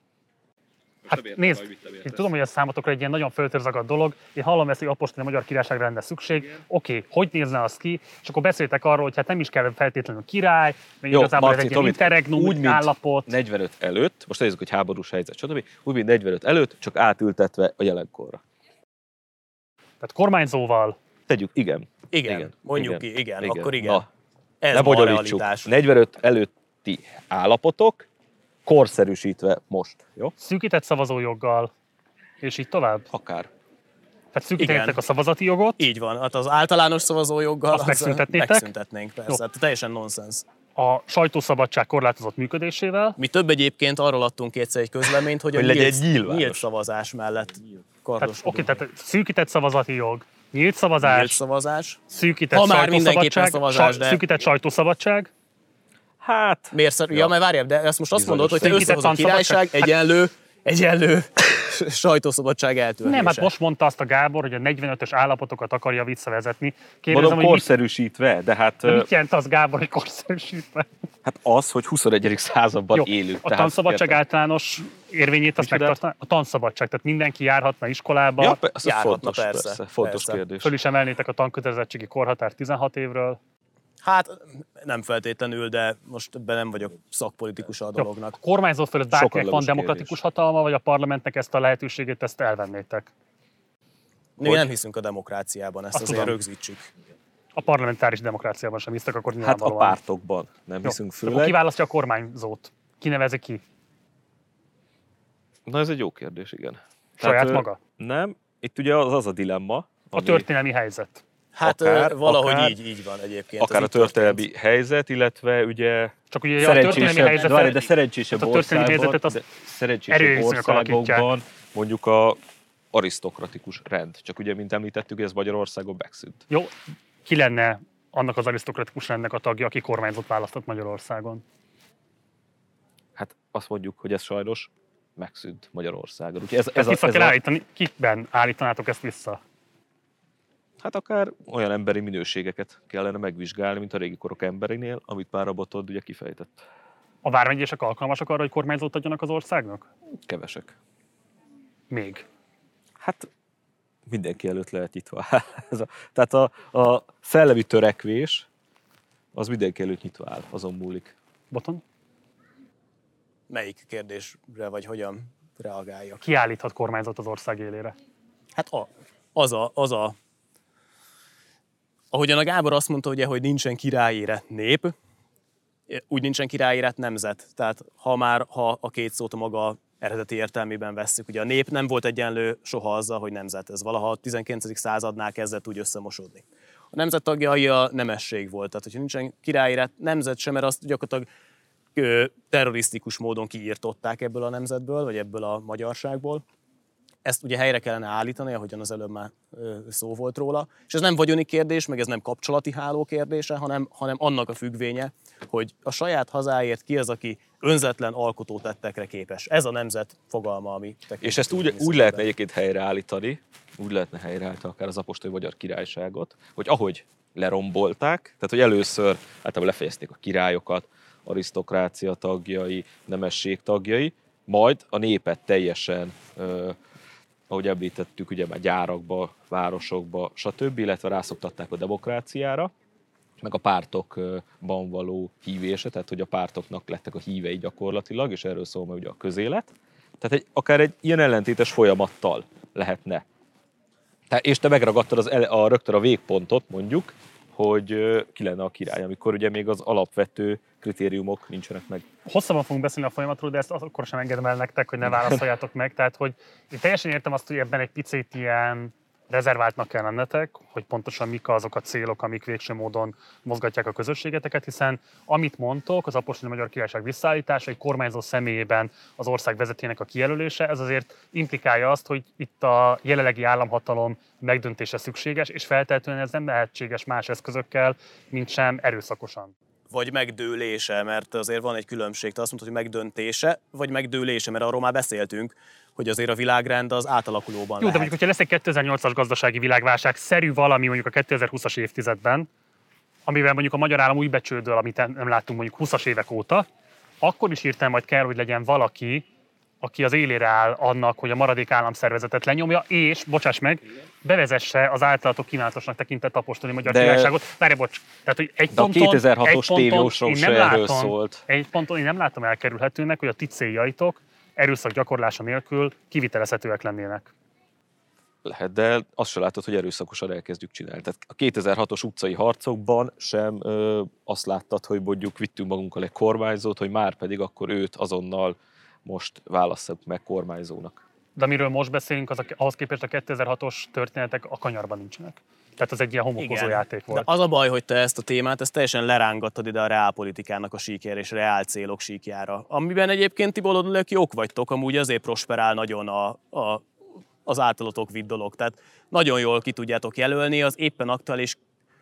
Hát nézd, én tudom, hogy ez számotokra egy ilyen nagyon föltörzagadt dolog. Én hallom ezt, hogy apostoli magyar királyságra lenne szükség. Oké, okay, hogy nézne az ki? És akkor beszéltek arról, hogy hát nem is kell feltétlenül király, még jó, igazából Marci, ez egy ilyen interregnum úgy, mint állapot. negyvenöt előtt, most nézzük, hogy háborús helyzet, stb. Úgy, mint negyvenöt előtt, csak átültetve a jelenkorra. Tehát kormányzóval. Tegyük, igen. Igen, igen mondjuk igen, ki, igen, igen. akkor igen. Na, ez ne ma a bonyolítsuk. realitás. negyvenöt előtti állapotok, korszerűsítve most, jó? Szűkített szavazójoggal, és így tovább. Akár. Tehát szűkítenétek a szavazati jogot. Így van, hát az általános szavazójoggal Azt az megszüntetnétek? megszüntetnénk, persze, hát teljesen nonsens. A sajtószabadság korlátozott működésével. Mi több egyébként arról adtunk kétszer egy közleményt, hogy, Hogy a legyen nyílt, nyilvános. nyílt szavazás mellett Tehát, kardoskodunk. oké, tehát szűkített szavazati jog, nyílt szavazás, Nyílt szavazás. szűkített Ha már sajtószabadság, mindenképpen szavazás, saj- de- szűkített sajtószabadság. Hát, Miért szer... ja. ja, mert várjál, de ezt most azt Bizonyos mondod, hogy te szűkített összehoz a királyság tanszabadság? egyenlő, egyenlő sajtószabadság eltörlése. Nem, hát most mondta azt a Gábor, hogy a negyvenötös állapotokat akarja visszavezetni. Kérdezem, mondom, hogy mit, korszerűsítve, de hát, de mit jelent az, Gábor, hogy korszerűsítve? hát az, hogy huszonegyedik században Jó, élünk. a tehát, tanszabadság érted? általános érvényét azt Micsoda? megtartaná? A tanszabadság, tehát mindenki járhatna iskolába, Ja, persze, ez Járhatna, fontos, persze, persze, fontos persze. kérdés. föl is emelnétek a tankötelezettségi korhatár tizenhat évről. Hát nem feltétlenül, de most ebben nem vagyok szakpolitikusa a dolognak. A kormányzó fölött bárkinek van Sokadlagos demokratikus kérdés. hatalma, vagy a parlamentnek ezt a lehetőségét ezt elvennétek? Mi Hogy? nem hiszünk a demokráciában, ezt Azt azért tudom. rögzítsük. A parlamentáris demokráciában sem hisztek, akkor Hát a nyilvánvalóan. pártokban nem Jó, hiszünk akkor főleg. kiválasztja a kormányzót? Kinevezi ki? Na ez egy jó kérdés, igen. Saját ö, maga? Nem, itt ugye az az a dilemma, A ami történelmi helyzet. Hát Akár- ö, valahogy akár- így, így van egyébként. akár Ez a így történt. történelmi helyzet, illetve ugye Csak ugye a történelmi szerencsésebb, helyzet. várj, de szerencsésebb tehát a történelmi országban, helyzetet azt de szerencsésebb erőviszonyok alakítják. országokban mondjuk a arisztokratikus rend. Csak ugye, mint említettük, ez Magyarországon megszűnt. Jó, ki lenne annak az arisztokratikus rendnek a tagja, aki kormányzót választott Magyarországon? Hát azt mondjuk, hogy ez sajnos megszűnt Magyarországon. Úgyhogy ez, Ez ez, a, vissza ez kell a, állítani. Kikben állítanátok ezt vissza? hát akár olyan emberi minőségeket kellene megvizsgálni, mint a régi korok emberinél, amit már a Botond ugye kifejtett. A vármegyések alkalmasak arra, hogy kormányzót adjanak az országnak? Kevesek. Még. Hát mindenki előtt lehet nyitva. Ez a, tehát a, a szellemi törekvés az mindenki előtt nyitva áll, azon múlik. Boton? Melyik kérdésre, vagy hogyan reagáljak? Ki állíthat kormányzót az ország élére? Hát a, az a, az a, ahogyan a Gábor azt mondta, ugye, hogy nincsen királyéret nép, úgy nincsen királyéret nemzet. Tehát ha már, ha a két szót a maga eredeti értelmében vesszük, ugye a nép nem volt egyenlő soha azzal, hogy nemzet. Ez valaha a tizenkilencedik századnál kezdett úgy összemosódni. A nemzet tagjai a nemesség volt, tehát hogyha nincsen királyéret nemzet sem, mert azt gyakorlatilag ö, terrorisztikus módon kiírtották ebből a nemzetből, vagy ebből a magyarságból. Ezt ugye helyre kellene állítani, ahogyan az előbb már ö, szó volt róla. És ez nem vagyoni kérdés, meg ez nem kapcsolati háló kérdése, hanem, hanem annak a függvénye, hogy a saját hazáért ki az, aki önzetlen alkotótettekre képes. Ez a nemzet fogalma, ami... És ezt úgy, úgy lehetne egyébként helyreállítani, úgy lehetne helyreállítani akár az apostoli magyar királyságot, hogy ahogy lerombolták, tehát hogy először általában lefejezték a királyokat, arisztokrácia tagjai, nemesség tagjai, majd a népet teljesen, ö, ahogy említettük, ugye már gyárakba, városokba, stb., illetve rászoktatták a demokráciára, meg a pártokban való hívése, tehát hogy a pártoknak lettek a hívei gyakorlatilag, és erről szól majd ugye a közélet. Tehát egy, akár egy ilyen ellentétes folyamattal lehetne. Tehát, és te megragadtad az ele, a, rögtön a végpontot, mondjuk, hogy ö, ki lenne a király, amikor ugye még az alapvető kritériumok nincsenek meg. Hosszabban fogunk beszélni a folyamatról, de ezt akkor sem engedem el nektek, hogy ne válaszoljátok meg. Tehát, hogy én teljesen értem azt, hogy ebben egy picit ilyen rezerváltnak kell lennetek, hogy pontosan mik azok a célok, amik végső módon mozgatják a közösségeteket, hiszen amit mondtok, az apostoli Magyar Királyság visszaállítása, egy kormányzó személyében az ország vezetőjének a kijelölése, ez azért implikálja azt, hogy itt a jelenlegi államhatalom megdöntése szükséges, és feltétlenül ez nem lehetséges más eszközökkel, mint sem erőszakosan. Vagy megdőlése, mert azért van egy különbség. Te azt mondtad, hogy megdöntése, vagy megdőlése, mert arról már beszéltünk, hogy azért a világrend az átalakulóban Jó, lehet. de mondjuk, hogyha lesz egy kétezer-nyolcas gazdasági világválság szerű valami mondjuk a kétezer-húszas évtizedben, amivel mondjuk a magyar állam úgy becsődöl, amit nem láttunk mondjuk húszas évek óta, akkor is hirtelen majd kell, hogy legyen valaki, aki az élére áll annak, hogy a maradék államszervezetet lenyomja, és, bocsáss meg, bevezesse az általatok kívánatosnak tekintett apostoli Magyar de... Királyságot. Várj, bocs. Tehát, hogy egy de ponton, a kétezer-hatos tévéjósról én se nem erről látom, szólt. Egy ponton én nem látom elkerülhetőnek, hogy a ti céljaitok erőszak gyakorlása nélkül kivitelezhetőek lennének. Lehet, de azt se látod, hogy erőszakosan elkezdjük csinálni. Tehát a kétezer-hatos utcai harcokban sem ö, azt láttad, hogy mondjuk vittünk magunkkal egy kormányzót, hogy már pedig akkor őt azonnal most válasszuk meg kormányzónak. De amiről most beszélünk, az a, ahhoz képest a kétezer-hatos történetek a kanyarban nincsenek. Tehát az egy ilyen homokozó játék volt. De az a baj, hogy te ezt a témát, ezt teljesen lerángattad ide a reálpolitikának a síkjára és reál célok síkjára. Amiben egyébként ti baloldaliak jók vagytok, amúgy azért prosperál nagyon a, a, az általatok vitt dolog. Tehát nagyon jól ki tudjátok jelölni az éppen aktuális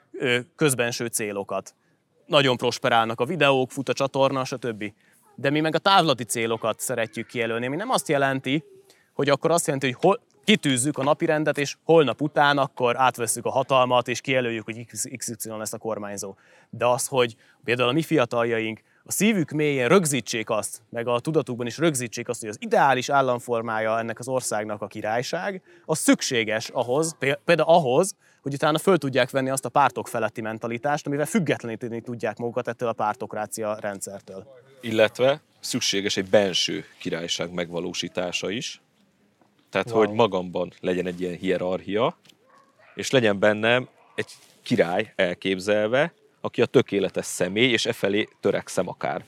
közbenső célokat. Nagyon prosperálnak a videók, fut a csatorna, stb. De mi meg a távlati célokat szeretjük kijelölni, ami nem azt jelenti, hogy akkor azt jelenti, hogy hol, kitűzzük a napirendet, és holnap után akkor átvesszük a hatalmat, és kijelöljük, hogy iksz ipszilon lesz a kormányzó. De az, hogy például a mi fiataljaink a szívük mélyén rögzítsék azt, meg a tudatukban is rögzítsék azt, hogy az ideális államformája ennek az országnak a királyság, az szükséges ahhoz, például ahhoz, hogy utána föl tudják venni azt a pártok feletti mentalitást, amivel függetleníteni tudják magukat ettől a pártokrácia rendszertől. Illetve szükséges egy benső királyság megvalósítása is. Tehát, wow. hogy magamban legyen egy ilyen hierarchia, és legyen bennem egy király elképzelve, aki a tökéletes személy, és e felé törekszem akár.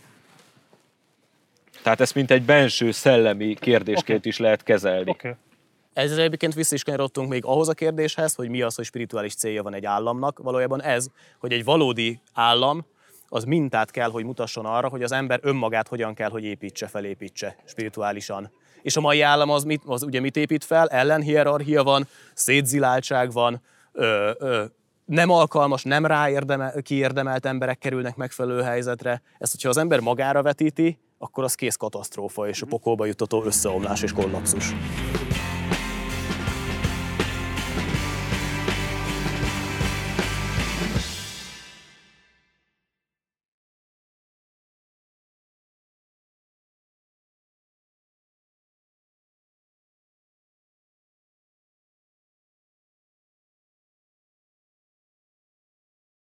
Tehát ezt mint egy benső szellemi kérdésként okay. is lehet kezelni. Okay. Ezzel egyébként vissza is kanyarodtunk még ahhoz a kérdéshez, hogy mi az, hogy spirituális célja van egy államnak. Valójában ez, hogy egy valódi állam, az mintát kell, hogy mutasson arra, hogy az ember önmagát hogyan kell, hogy építse, felépítse spirituálisan. És a mai állam az, mit, az ugye mit épít fel? Ellenhierarchia van, szétziláltság van, ö, ö, nem alkalmas, nem ráérdemel, kiérdemelt emberek kerülnek megfelelő helyzetre. Ezt, hogyha az ember magára vetíti, akkor az kész katasztrófa és a pokolba juttató összeomlás és kollapzus.